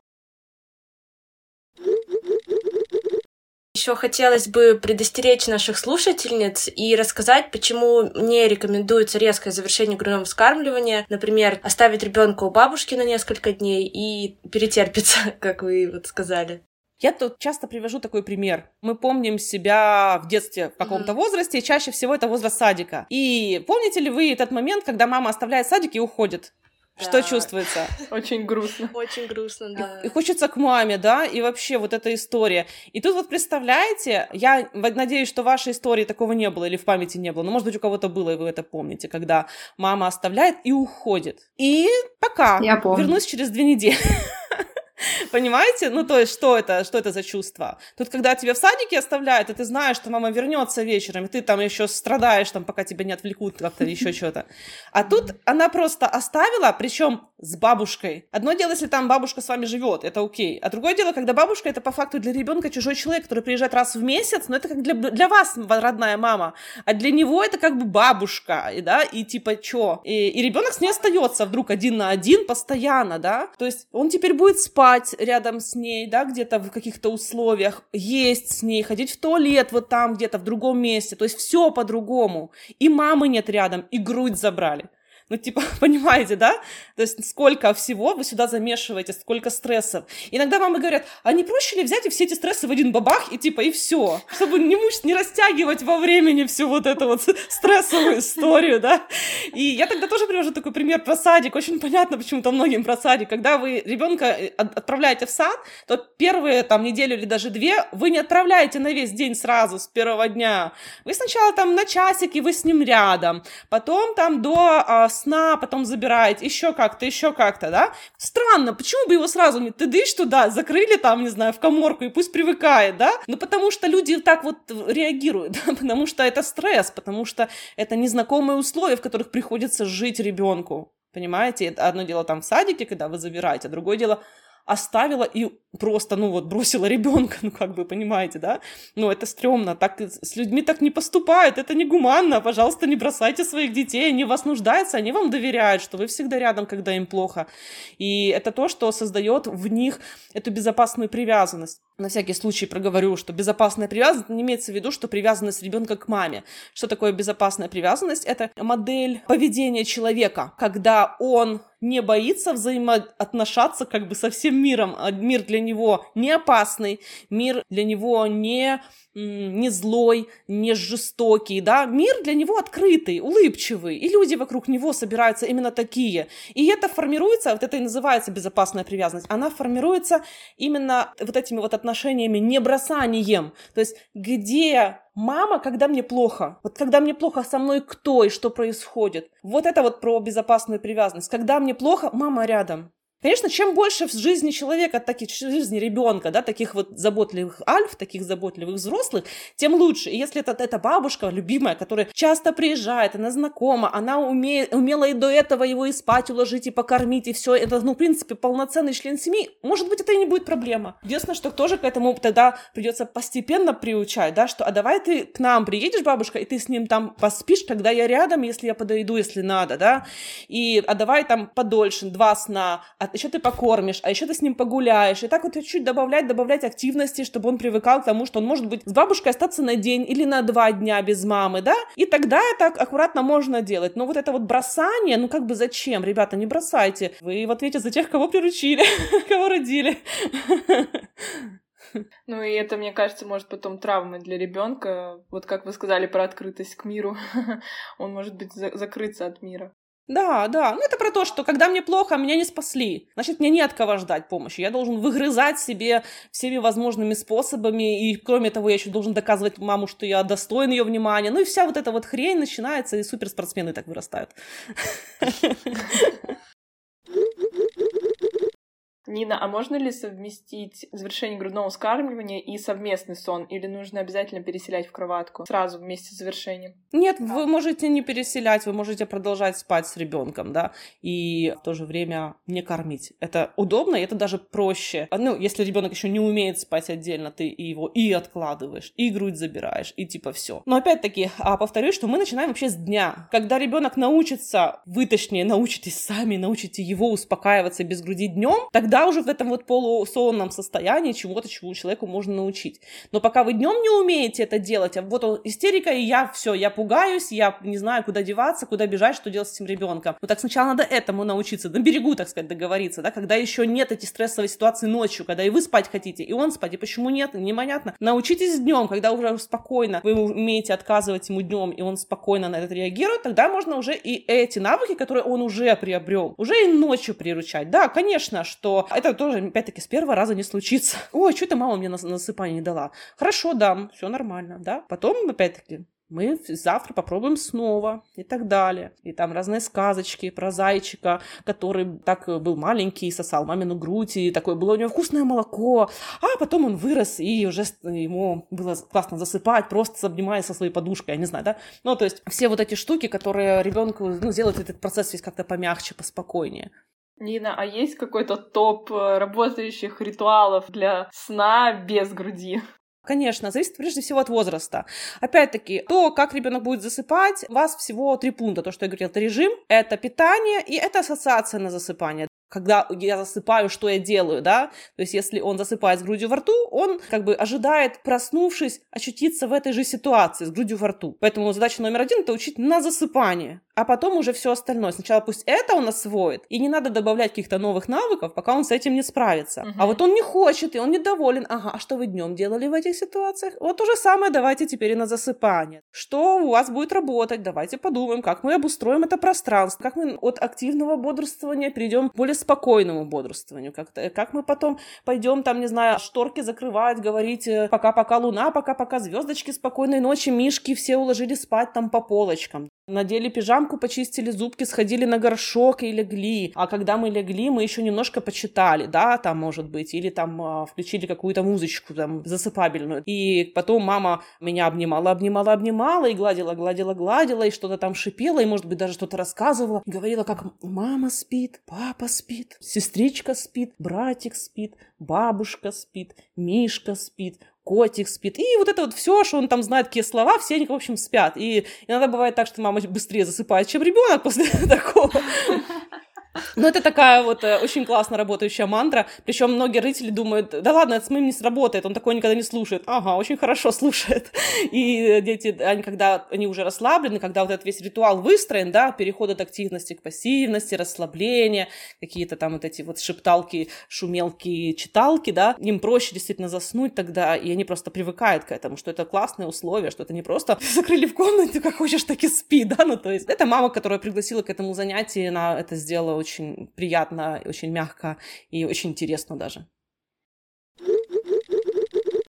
Еще хотелось бы предостеречь наших слушательниц и рассказать, почему не рекомендуется резкое завершение грудного вскармливания. Например, оставить ребенка у бабушки на несколько дней и перетерпеться, как вы вот сказали. Я тут часто привожу такой пример. Мы помним себя в детстве в каком-то mm-hmm. возрасте, и чаще всего это возраст садика. И помните ли вы этот момент, когда мама оставляет садик и уходит? Да. Что чувствуется? Очень грустно. Очень грустно, да. И, и хочется к маме, да, и вообще вот эта история. И тут вот представляете, я надеюсь, что в вашей истории такого не было или в памяти не было, но, может быть, у кого-то было, и вы это помните, когда мама оставляет и уходит. И пока. Я помню. Вернусь через две недели. Понимаете? Ну, то есть, что это, что это за чувство? Тут, когда тебя в садике оставляют, и ты знаешь, что мама вернется вечером, и ты там еще страдаешь, там, пока тебя не отвлекут как-то еще что-то. А тут она просто оставила, причем с бабушкой. Одно дело, если там бабушка с вами живет, это окей. А другое дело, когда бабушка, это по факту для ребенка чужой человек, который приезжает раз в месяц, но это как для, для вас родная мама, а для него это как бы бабушка, и, да, и типа чё? И, и ребенок с ней остается вдруг один на один постоянно, да? То есть он теперь будет спать рядом с ней, да, где-то в каких-то условиях, есть с ней, ходить в туалет вот там где-то в другом месте, то есть все по-другому. И мамы нет рядом, и грудь забрали. Ну, типа, понимаете, да? То есть сколько всего вы сюда замешиваете, сколько стрессов. Иногда мамы говорят, а не проще ли взять и все эти стрессы в один бабах, и типа, и все, чтобы не мучить, не растягивать во времени всю вот эту вот стрессовую историю, да? И я тогда тоже привожу такой пример про садик. Очень понятно почему-то многим про садик. Когда вы ребенка отправляете в сад, то первые там неделю или даже две вы не отправляете на весь день сразу, с первого дня. Вы сначала там на часик, и вы с ним рядом. Потом там до а, сна, потом забираете, еще как-то, еще как-то, да? Странно, почему бы его сразу не тыдыш туда, закрыли там, не знаю, в каморку, и пусть привыкает, да? Ну, потому что люди так вот реагируют, да? Потому что это стресс, потому что это незнакомые условия, в которых приходится жить ребенку, понимаете? Это одно дело там в садике, когда вы забираете, а другое дело оставила и просто, ну вот, бросила ребенка, ну как бы, понимаете, да? Ну это стрёмно, так с людьми так не поступают, это негуманно, пожалуйста, не бросайте своих детей, они в вас нуждаются, они вам доверяют, что вы всегда рядом, когда им плохо. И это то, что создает в них эту безопасную привязанность. На всякий случай проговорю, что безопасная привязанность не имеется в виду, что привязанность ребенка к маме. Что такое безопасная привязанность? Это модель поведения человека, когда он не боится взаимоотношаться как бы со всем миром. Мир для него не опасный, мир для него не, не злой, не жестокий, да? Мир для него открытый, улыбчивый, и люди вокруг него собираются именно такие. И это формируется, вот это и называется безопасная привязанность, она формируется именно вот этими вот отношениями, не бросанием. То есть где мама, когда мне плохо? Вот когда мне плохо, со мной кто и что происходит? Вот это вот про безопасную привязанность. Когда мне плохо, мама рядом. Конечно, чем больше в жизни человека, так и в жизни ребенка, да, таких вот заботливых альф, таких заботливых взрослых, тем лучше. И если это, это бабушка любимая, которая часто приезжает, она знакома, она умеет, умела и до этого его и спать уложить, и покормить, и все, это, ну, в принципе, полноценный член семьи, может быть, это и не будет проблема. Единственное, что тоже к этому тогда придется постепенно приучать, да, что, а давай ты к нам приедешь, бабушка, и ты с ним там поспишь, когда я рядом, если я подойду, если надо, да, и, а давай там подольше, два сна, а еще ты покормишь, а еще ты с ним погуляешь, и так вот чуть-чуть добавлять, добавлять активности, чтобы он привыкал к тому, что он может быть с бабушкой остаться на день или на два дня без мамы, да, и тогда это аккуратно можно делать, но вот это вот бросание, ну как бы зачем, ребята, не бросайте, вы в ответе за тех, кого приручили, кого родили. Ну и это, мне кажется, может потом травмой для ребенка. Вот как вы сказали про открытость к миру, он может быть за- закрыться от мира. Да, да, ну это про то, что когда мне плохо, меня не спасли, значит, мне не от кого ждать помощи, я должен выгрызать себе всеми возможными способами, и кроме того, я еще должен доказывать маму, что я достоин ее внимания, ну и вся вот эта вот хрень начинается, и суперспортсмены так вырастают. Нина, а можно ли совместить завершение грудного вскармливания и совместный сон? Или нужно обязательно переселять в кроватку сразу вместе с завершением? Нет, вы можете не переселять, вы можете продолжать спать с ребенком, да, и в то же время не кормить. Это удобно, и это даже проще. Ну, если ребенок еще не умеет спать отдельно, ты его и откладываешь, и грудь забираешь, и типа все. Но опять-таки, повторюсь, что мы начинаем вообще с дня. Когда ребенок научится, вы точнее научитесь сами, научите его успокаиваться без груди днем, тогда уже в этом вот полусонном состоянии чего-то, чего человеку можно научить. Но пока вы днем не умеете это делать, а вот он истерика, и я все, я пугаюсь, я не знаю, куда деваться, куда бежать, что делать с этим ребенком. Ну так сначала надо этому научиться, на берегу, так сказать, договориться, да, когда еще нет этой стрессовой ситуации ночью, когда и вы спать хотите, и он спать, и почему нет, непонятно. Научитесь днем, когда уже спокойно вы умеете отказывать ему днем, и он спокойно на это реагирует, тогда можно уже и эти навыки, которые он уже приобрел, уже и ночью приручать. Да, конечно, что это тоже, опять-таки, с первого раза не случится. Ой, что-то мама мне насыпание не дала. Хорошо, дам, все нормально, да. Потом, опять-таки, мы завтра попробуем снова и так далее. И там разные сказочки про зайчика, который так был маленький, сосал мамину грудь, и такое было у него вкусное молоко. А потом он вырос, и уже ему было классно засыпать, просто обнимаясь со своей подушкой, я не знаю, да? Ну, то есть все вот эти штуки, которые ребенку, ну, делают этот процесс весь как-то помягче, поспокойнее. Нина, а есть какой-то топ работающих ритуалов для сна без груди? Конечно, зависит прежде всего от возраста. Опять-таки, то, как ребенок будет засыпать, у вас всего три пункта. То, что я говорила, это режим, это питание и это ассоциация на засыпание. Когда я засыпаю, что я делаю, да? То есть, если он засыпает с грудью во рту, он как бы ожидает, проснувшись, очутиться в этой же ситуации с грудью во рту. Поэтому задача номер один — это учить на засыпание, а потом уже все остальное. Сначала пусть это он освоит, и не надо добавлять каких-то новых навыков, пока он с этим не справится. Uh-huh. А вот он не хочет, и он недоволен. Ага, а что вы днем делали в этих ситуациях? Вот то же самое давайте теперь и на засыпание. Что у вас будет работать? Давайте подумаем, как мы обустроим это пространство, как мы от активного бодрствования перейдем к более спокойному бодрствованию, как, как мы потом пойдем там, не знаю, шторки закрывать, говорить пока-пока луна, пока-пока звездочки, спокойной ночи, мишки, все уложили спать там по полочкам. Надели пижамку, почистили зубки, сходили на горшок и легли. А когда мы легли, мы еще немножко почитали, да, там, может быть, или там а, включили какую-то музычку там засыпабельную. И потом мама меня обнимала, обнимала, обнимала и гладила, гладила, гладила, и что-то там шипела, и, может быть, даже что-то рассказывала. И говорила, как мама спит, папа спит, сестричка спит, братик спит, бабушка спит, Мишка спит, котик спит. И вот это вот все, что он там знает, какие слова, все они, в общем, спят. И иногда бывает так, что мама быстрее засыпает, чем ребенок после такого. Но это такая вот э, очень классно работающая мантра. Причем многие родители думают, да ладно, это с моим не сработает, он такое никогда не слушает. Ага, очень хорошо слушает. И дети, они, когда они уже расслаблены, когда вот этот весь ритуал выстроен, да, переход от активности к пассивности, расслабление, какие-то там вот эти вот шепталки, шумелки, читалки, да, им проще действительно заснуть тогда, и они просто привыкают к этому, что это классные условия, что это не просто закрыли в комнате, как хочешь, так и спи, да, ну то есть это мама, которая пригласила к этому занятию, она это сделала очень приятно, очень мягко и очень интересно даже.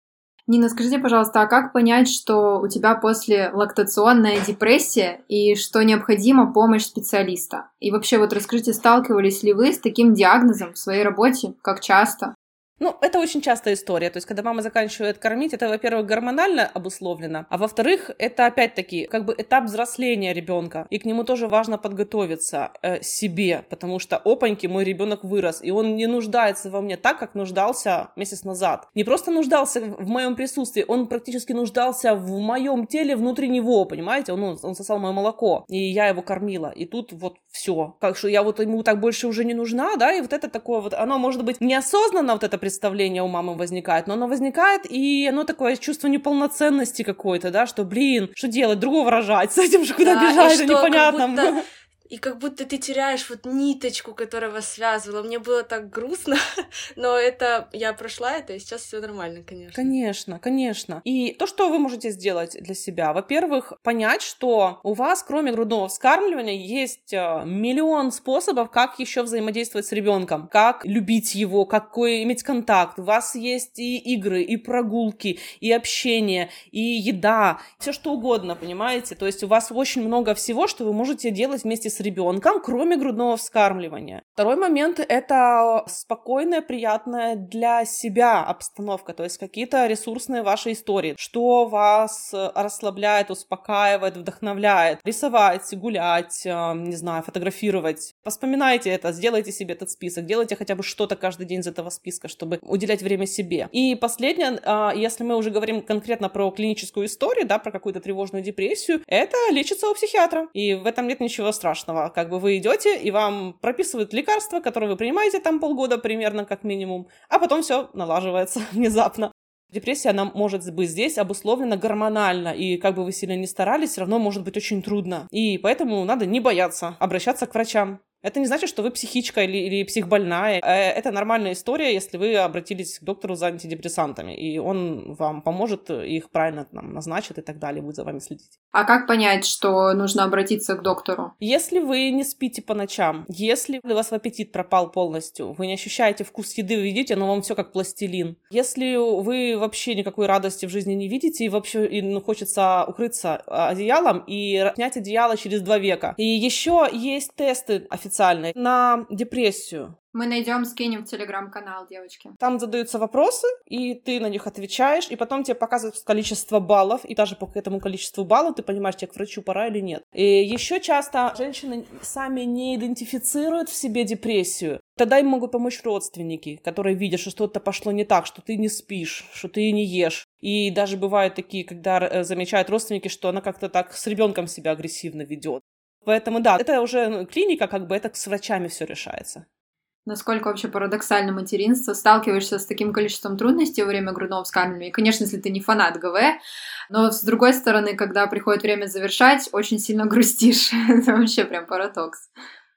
Нина, скажите, пожалуйста, а как понять, что у тебя послелактационная депрессия и что необходима помощь специалиста? И вообще, вот расскажите, сталкивались ли вы с таким диагнозом в своей работе? Как часто? Ну, это очень частая история. То есть, когда мама заканчивает кормить, это, во-первых, гормонально обусловлено, а во-вторых, это опять-таки как бы этап взросления ребенка, и к нему тоже важно подготовиться э, себе, потому что, опаньки, мой ребенок вырос, и он не нуждается во мне так, как нуждался месяц назад. Не просто нуждался в моем присутствии, он практически нуждался в моем теле внутри него, понимаете? Он, он сосал мое молоко, и я его кормила, и тут вот все. Как что я вот ему так больше уже не нужна, да, и вот это такое вот, оно может быть неосознанно, вот это представление у мамы возникает, но оно возникает, и оно такое чувство неполноценности какой-то, да, что, блин, что делать, другого рожать, с этим же куда да, бежать, это непонятно. Как будто... И как будто ты теряешь вот ниточку, которая вас связывала. Мне было так грустно, но это я прошла это, и сейчас все нормально, конечно. Конечно, конечно. И то, что вы можете сделать для себя, во-первых, понять, что у вас, кроме грудного вскармливания, есть миллион способов, как еще взаимодействовать с ребенком, как любить его, какой иметь контакт. У вас есть и игры, и прогулки, и общение, и еда, все что угодно, понимаете? То есть у вас очень много всего, что вы можете делать вместе с ребенком, кроме грудного вскармливания. Второй момент — это спокойная, приятная для себя обстановка, то есть какие-то ресурсные ваши истории, что вас расслабляет, успокаивает, вдохновляет. Рисовать, гулять, не знаю, фотографировать. Вспоминайте это, сделайте себе этот список, делайте хотя бы что-то каждый день из этого списка, чтобы уделять время себе. И последнее, если мы уже говорим конкретно про клиническую историю, да, про какую-то тревожную депрессию, это лечится у психиатра. И в этом нет ничего страшного. Как бы вы идете, и вам прописывают лекарства, которые вы принимаете там полгода примерно, как минимум, а потом все налаживается внезапно. Депрессия, она может быть здесь обусловлена гормонально, и как бы вы сильно ни старались, все равно может быть очень трудно. И поэтому надо не бояться обращаться к врачам. Это не значит, что вы психичка или, или психбольная. Это нормальная история, если вы обратились к доктору за антидепрессантами, и он вам поможет, их правильно там, назначит и так далее, будет за вами следить. А как понять, что нужно обратиться к доктору? Если вы не спите по ночам, если у вас аппетит пропал полностью, вы не ощущаете вкус еды, вы видите, но вам все как пластилин. Если вы вообще никакой радости в жизни не видите, и вообще и, ну, хочется укрыться одеялом и снять одеяло через два века. И еще есть тесты официальные на депрессию. Мы найдем, скинем в телеграм-канал, девочки. Там задаются вопросы, и ты на них отвечаешь, и потом тебе показывают количество баллов, и даже по этому количеству баллов ты понимаешь, тебе к врачу пора или нет. И еще часто женщины сами не идентифицируют в себе депрессию. Тогда им могут помочь родственники, которые видят, что что-то пошло не так, что ты не спишь, что ты не ешь. И даже бывают такие, когда замечают родственники, что она как-то так с ребенком себя агрессивно ведет. Поэтому да, это уже клиника, как бы это с врачами все решается. Насколько вообще парадоксально материнство, сталкиваешься с таким количеством трудностей во время грудного вскармливания. И, конечно, если ты не фанат ГВ, но с другой стороны, когда приходит время завершать, очень сильно грустишь. Это вообще прям парадокс.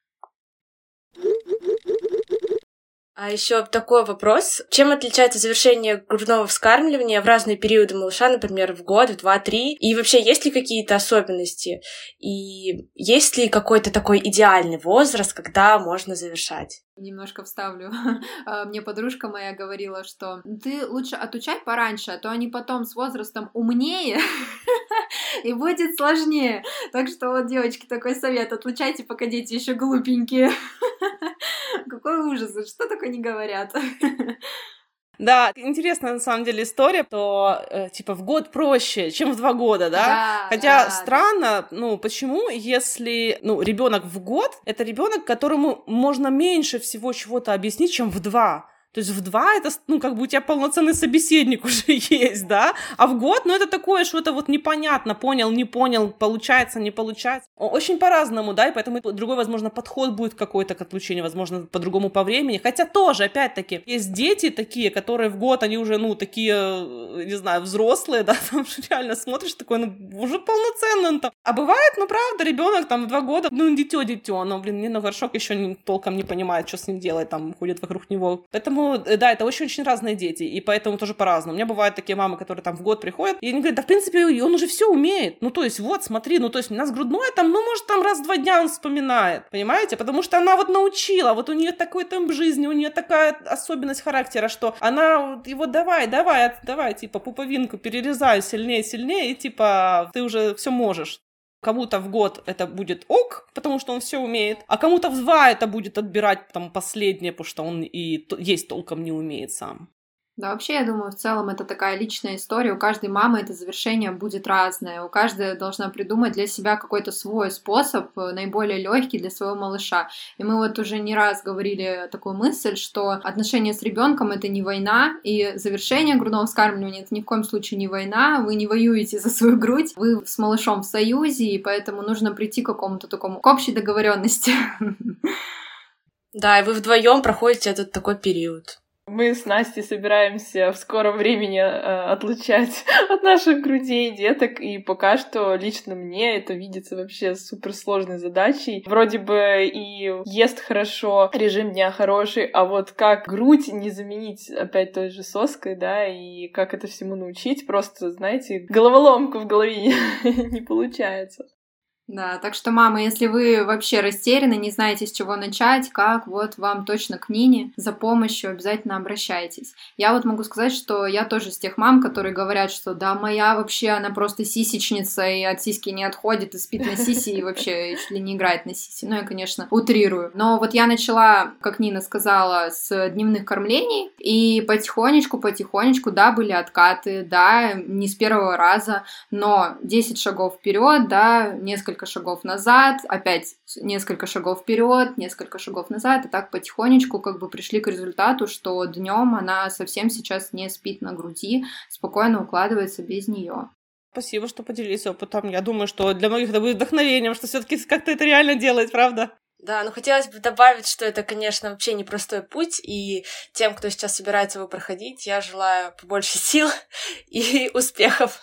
А еще такой вопрос. Чем отличается завершение грудного вскармливания в разные периоды малыша, например, в год, в два, три? И вообще, есть ли какие-то особенности? И есть ли какой-то такой идеальный возраст, когда можно завершать? Немножко вставлю. Мне подружка моя говорила, что ты лучше отучай пораньше, а то они потом с возрастом умнее и будет сложнее. Так что вот, девочки, такой совет. Отлучайте, пока дети еще глупенькие. Какой ужас, что только не говорят. Да, интересная на самом деле история, то э, типа в год проще, чем в два года, да? Да, Хотя да, странно, да. ну почему, если ну ребенок в год, это ребенок, которому можно меньше всего чего-то объяснить, чем в два. То есть в два это, ну, как бы у тебя полноценный собеседник уже есть, да? А в год, ну, это такое, что это вот непонятно, понял, не понял, получается, не получается. Очень по-разному, да, и поэтому другой, возможно, подход будет какой-то к отлучению, возможно, по-другому по времени. Хотя тоже, опять-таки, есть дети такие, которые в год, они уже, ну, такие, не знаю, взрослые, да, там реально смотришь, такой, ну, уже полноценный он там. А бывает, ну, правда, ребенок там в два года, ну, дитё-дитё, но, блин, не на горшок еще не, толком не понимает, что с ним делать, там, ходит вокруг него. Поэтому Поэтому, да, это очень-очень разные дети, и поэтому тоже по-разному. У меня бывают такие мамы, которые там в год приходят, и они говорят, да, в принципе, он уже все умеет. Ну, то есть, вот, смотри, ну, то есть, у нас грудное там, ну, может, там раз в два дня он вспоминает, понимаете? Потому что она вот научила, вот у нее такой темп жизни, у нее такая особенность характера, что она его давай, давай, давай, типа, пуповинку перерезай сильнее, сильнее, и, типа, ты уже все можешь. Кому-то в год это будет ок, потому что он все умеет, а кому-то в два это будет отбирать там последнее, потому что он и есть толком не умеет сам. Да, вообще, я думаю, в целом это такая личная история. У каждой мамы это завершение будет разное. У каждой должна придумать для себя какой-то свой способ, наиболее легкий для своего малыша. И мы вот уже не раз говорили такую мысль, что отношения с ребенком это не война, и завершение грудного вскармливания это ни в коем случае не война. Вы не воюете за свою грудь, вы с малышом в союзе, и поэтому нужно прийти к какому-то такому к общей договоренности. Да, и вы вдвоем проходите этот такой период. Мы с Настей собираемся в скором времени э, отлучать от наших грудей деток, и пока что лично мне это видится вообще суперсложной задачей. Вроде бы и ест хорошо, режим дня хороший, а вот как грудь не заменить опять той же соской, да, и как это всему научить, просто, знаете, головоломка в голове не получается. Да, так что, мама, если вы вообще растеряны, не знаете, с чего начать, как, вот вам точно к Нине за помощью обязательно обращайтесь. Я вот могу сказать, что я тоже с тех мам, которые говорят, что да, моя вообще, она просто сисечница, и от сиськи не отходит, и спит на сисе, и вообще чуть ли не играет на сисе. Ну, я, конечно, утрирую. Но вот я начала, как Нина сказала, с дневных кормлений, и потихонечку-потихонечку, да, были откаты, да, не с первого раза, но десять шагов вперед, да, несколько шагов назад, опять несколько шагов вперед, несколько шагов назад, и так потихонечку как бы пришли к результату, что днем она совсем сейчас не спит на груди, спокойно укладывается без нее. Спасибо, что поделились опытом. Я думаю, что для многих это будет вдохновением, что все-таки как-то это реально делать, правда? Да, ну хотелось бы добавить, что это, конечно, вообще непростой путь, и тем, кто сейчас собирается его проходить, я желаю побольше сил и успехов.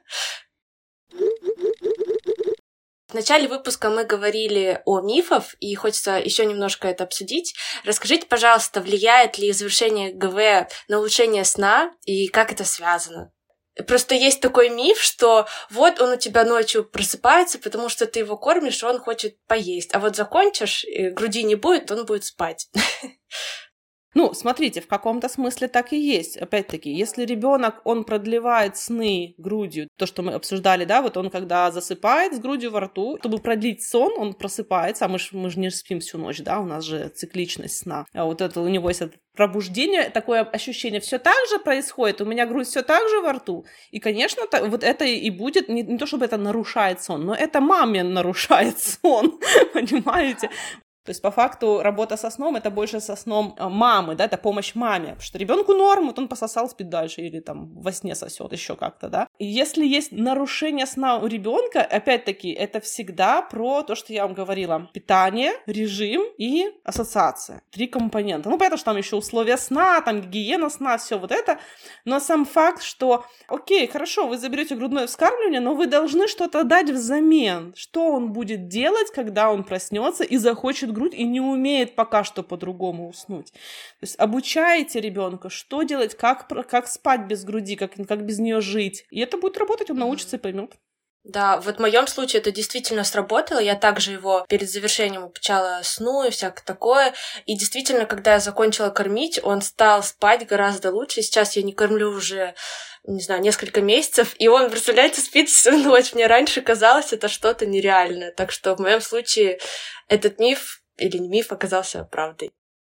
В начале выпуска мы говорили о мифах, и хочется еще немножко это обсудить. Расскажите, пожалуйста, влияет ли завершение ГВ на улучшение сна, и как это связано? Просто есть такой миф, что вот он у тебя ночью просыпается, потому что ты его кормишь, и он хочет поесть. А вот закончишь, груди не будет, он будет спать. Ну, смотрите, в каком-то смысле так и есть. Опять-таки, если ребенок, он продлевает сны грудью, то, что мы обсуждали, да, вот он когда засыпает с грудью во рту, чтобы продлить сон, он просыпается, а мы же мы ж не спим всю ночь, да, у нас же цикличность сна. А вот это у него есть это пробуждение, такое ощущение, все так же происходит, у меня грудь все так же во рту. И, конечно, так, вот это и будет, не, не то чтобы это нарушает сон, но это маме нарушает сон, понимаете? То есть, по факту, работа со сном — это больше со сном мамы, да, это помощь маме, потому что ребенку норм, вот он пососал, спит дальше, или там во сне сосет еще как-то, да. И если есть нарушение сна у ребенка, опять-таки, это всегда про то, что я вам говорила: питание, режим и ассоциация. Три компонента. Ну, понятно, что там еще условия сна, там гигиена сна, все вот это, но сам факт, что, окей, хорошо, вы заберете грудное вскармливание, но вы должны что-то дать взамен. Что он будет делать, когда он проснется и захочет грудь и не умеет пока что по-другому уснуть. То есть обучаете ребенка, что делать, как, как спать без груди, как, как без нее жить. И это будет работать, он научится и поймет. Да, вот в моем случае это действительно сработало. Я также его перед завершением обучала сну и всякое такое. И действительно, когда я закончила кормить, он стал спать гораздо лучше. Сейчас я не кормлю уже, не знаю, несколько месяцев, и он, представляете, спит всю ночь. Мне раньше казалось, это что-то нереальное. Так что в моем случае этот миф или не миф оказался правдой.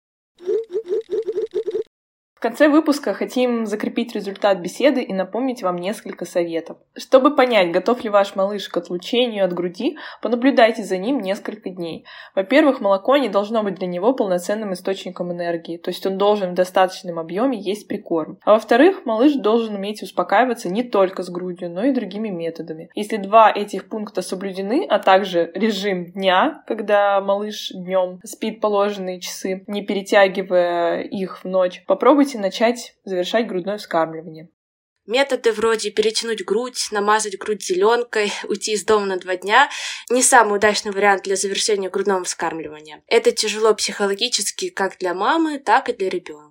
В конце выпуска хотим закрепить результат беседы и напомнить вам несколько советов. Чтобы понять, готов ли ваш малыш к отлучению от груди, понаблюдайте за ним несколько дней. Во-первых, молоко не должно быть для него полноценным источником энергии, то есть он должен в достаточном объеме есть прикорм. А во-вторых, малыш должен уметь успокаиваться не только с грудью, но и другими методами. Если два этих пункта соблюдены, а также режим дня, когда малыш днем спит положенные часы, не перетягивая их в ночь, попробуйте начать завершать грудное вскармливание. Методы вроде перетянуть грудь, намазать грудь зеленкой, уйти из дома на два дня — не самый удачный вариант для завершения грудного вскармливания. Это тяжело психологически как для мамы, так и для ребенка.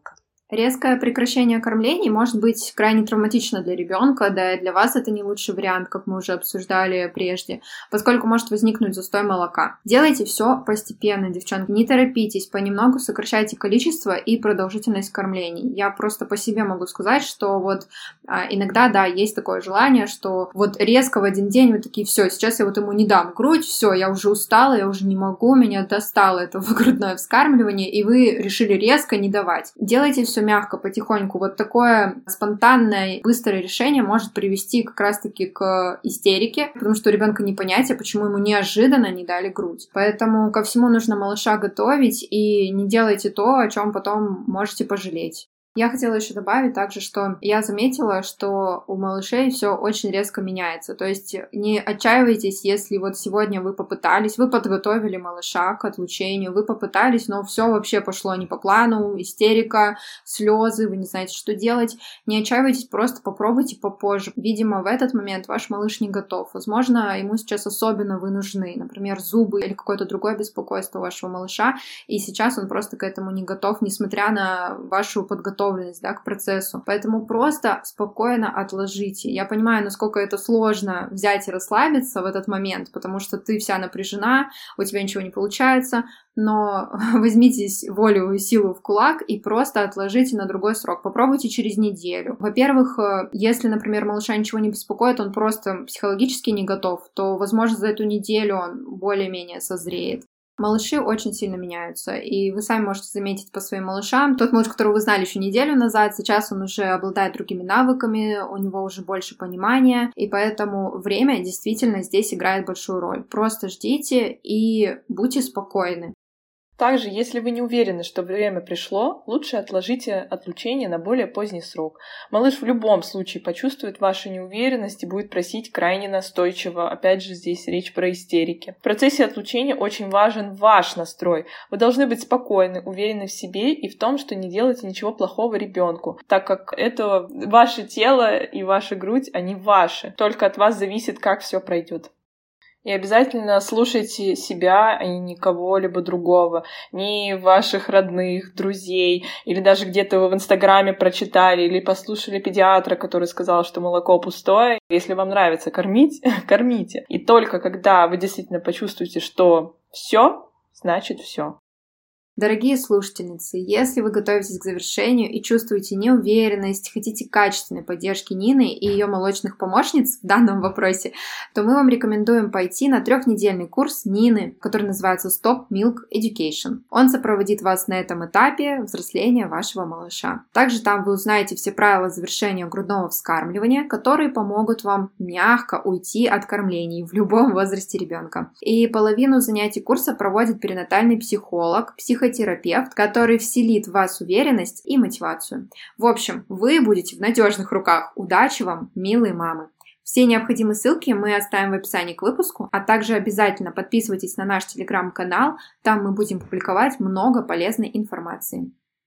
Резкое прекращение кормлений может быть крайне травматично для ребенка, да и для вас это не лучший вариант, как мы уже обсуждали прежде, поскольку может возникнуть застой молока. Делайте все постепенно, девчонки, не торопитесь, понемногу сокращайте количество и продолжительность кормлений. Я просто по себе могу сказать, что вот а, иногда, да, есть такое желание, что вот резко в один день вы такие, все, сейчас я вот ему не дам грудь, все, я уже устала, я уже не могу, меня достало это грудное вскармливание, и вы решили резко не давать. Делайте все мягко, потихоньку. Вот такое спонтанное, быстрое решение может привести как раз-таки к истерике, потому что у ребенка не понятие, почему ему неожиданно не дали грудь. Поэтому ко всему нужно малыша готовить, и не делайте то, о чем потом можете пожалеть. Я хотела еще добавить также, что я заметила, что у малышей все очень резко меняется. То есть не отчаивайтесь, если вот сегодня вы попытались, вы подготовили малыша к отлучению, вы попытались, но все вообще пошло не по плану, истерика, слезы, вы не знаете, что делать. Не отчаивайтесь, просто попробуйте попозже. Видимо, в этот момент ваш малыш не готов. Возможно, ему сейчас особенно вы нужны, например, зубы или какое-то другое беспокойство вашего малыша, и сейчас он просто к этому не готов, несмотря на вашу подготовку, да, к процессу. Поэтому просто спокойно отложите. Я понимаю, насколько это сложно взять и расслабиться в этот момент, потому что ты вся напряжена, у тебя ничего не получается, но возьмите волю и силу в кулак и просто отложите на другой срок. Попробуйте через неделю. Во-первых, если, например, малыша ничего не беспокоит, он просто психологически не готов, то, возможно, за эту неделю он более-менее созреет. Малыши очень сильно меняются, и вы сами можете заметить по своим малышам. Тот малыш, которого вы знали еще неделю назад, сейчас он уже обладает другими навыками, у него уже больше понимания, и поэтому время действительно здесь играет большую роль. Просто ждите и будьте спокойны. Также, если вы не уверены, что время пришло, лучше отложите отлучение на более поздний срок. Малыш в любом случае почувствует вашу неуверенность и будет просить крайне настойчиво. Опять же, здесь речь про истерики. В процессе отлучения очень важен ваш настрой. Вы должны быть спокойны, уверены в себе и в том, что не делаете ничего плохого ребенку, так как это ваше тело и ваша грудь, они ваши. Только от вас зависит, как все пройдет. И обязательно слушайте себя, а не кого-либо другого, ни ваших родных, друзей, или даже где-то вы в Инстаграме прочитали, или послушали педиатра, который сказал, что молоко пустое. Если вам нравится кормить, кормите. И только когда вы действительно почувствуете, что все, значит все. Дорогие слушательницы, если вы готовитесь к завершению и чувствуете неуверенность, хотите качественной поддержки Нины и ее молочных помощниц в данном вопросе, то мы вам рекомендуем пойти на трехнедельный курс Нины, который называется Stop Milk Education. Он сопроводит вас на этом этапе взросления вашего малыша. Также там вы узнаете все правила завершения грудного вскармливания, которые помогут вам мягко уйти от кормлений в любом возрасте ребенка. И половину занятий курса проводит перинатальный психолог, психотерапевт, терапевт, который вселит в вас уверенность и мотивацию. В общем, вы будете в надежных руках. Удачи вам, милые мамы! Все необходимые ссылки мы оставим в описании к выпуску, а также обязательно подписывайтесь на наш телеграм-канал, там мы будем публиковать много полезной информации.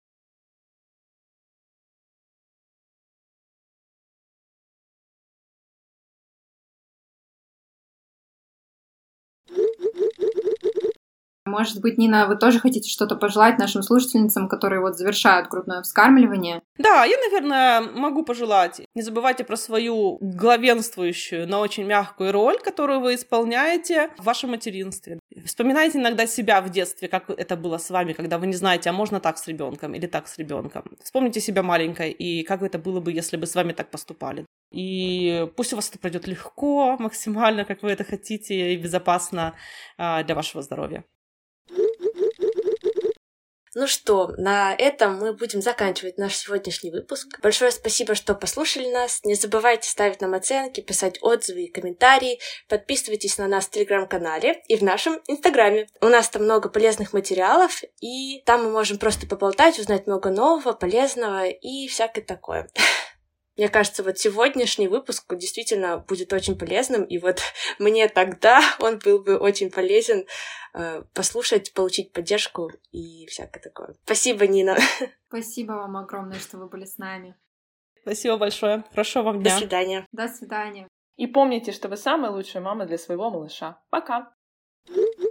Может быть, Нина, вы тоже хотите что-то пожелать нашим слушательницам, которые вот завершают грудное вскармливание? Да, я, наверное, могу пожелать. Не забывайте про свою главенствующую, но очень мягкую роль, которую вы исполняете в вашем материнстве. Вспоминайте иногда себя в детстве, как это было с вами, когда вы не знаете, а можно так с ребенком или так с ребенком. Вспомните себя маленькой и как это было бы, если бы с вами так поступали. И пусть у вас это пройдет легко, максимально, как вы это хотите, и безопасно для вашего здоровья. Ну что, на этом мы будем заканчивать наш сегодняшний выпуск. Большое спасибо, что послушали нас. Не забывайте ставить нам оценки, писать отзывы и комментарии. Подписывайтесь на нас в Телеграм-канале и в нашем Инстаграме. У нас там много полезных материалов, и там мы можем просто поболтать, узнать много нового, полезного и всякое такое. Мне кажется, вот сегодняшний выпуск действительно будет очень полезным, и вот мне тогда он был бы очень полезен э, послушать, получить поддержку и всякое такое. Спасибо, Нина. Спасибо вам огромное, что вы были с нами. Спасибо большое. Хорошего вам дня. До свидания. До свидания. И помните, что вы самая лучшая мама для своего малыша. Пока!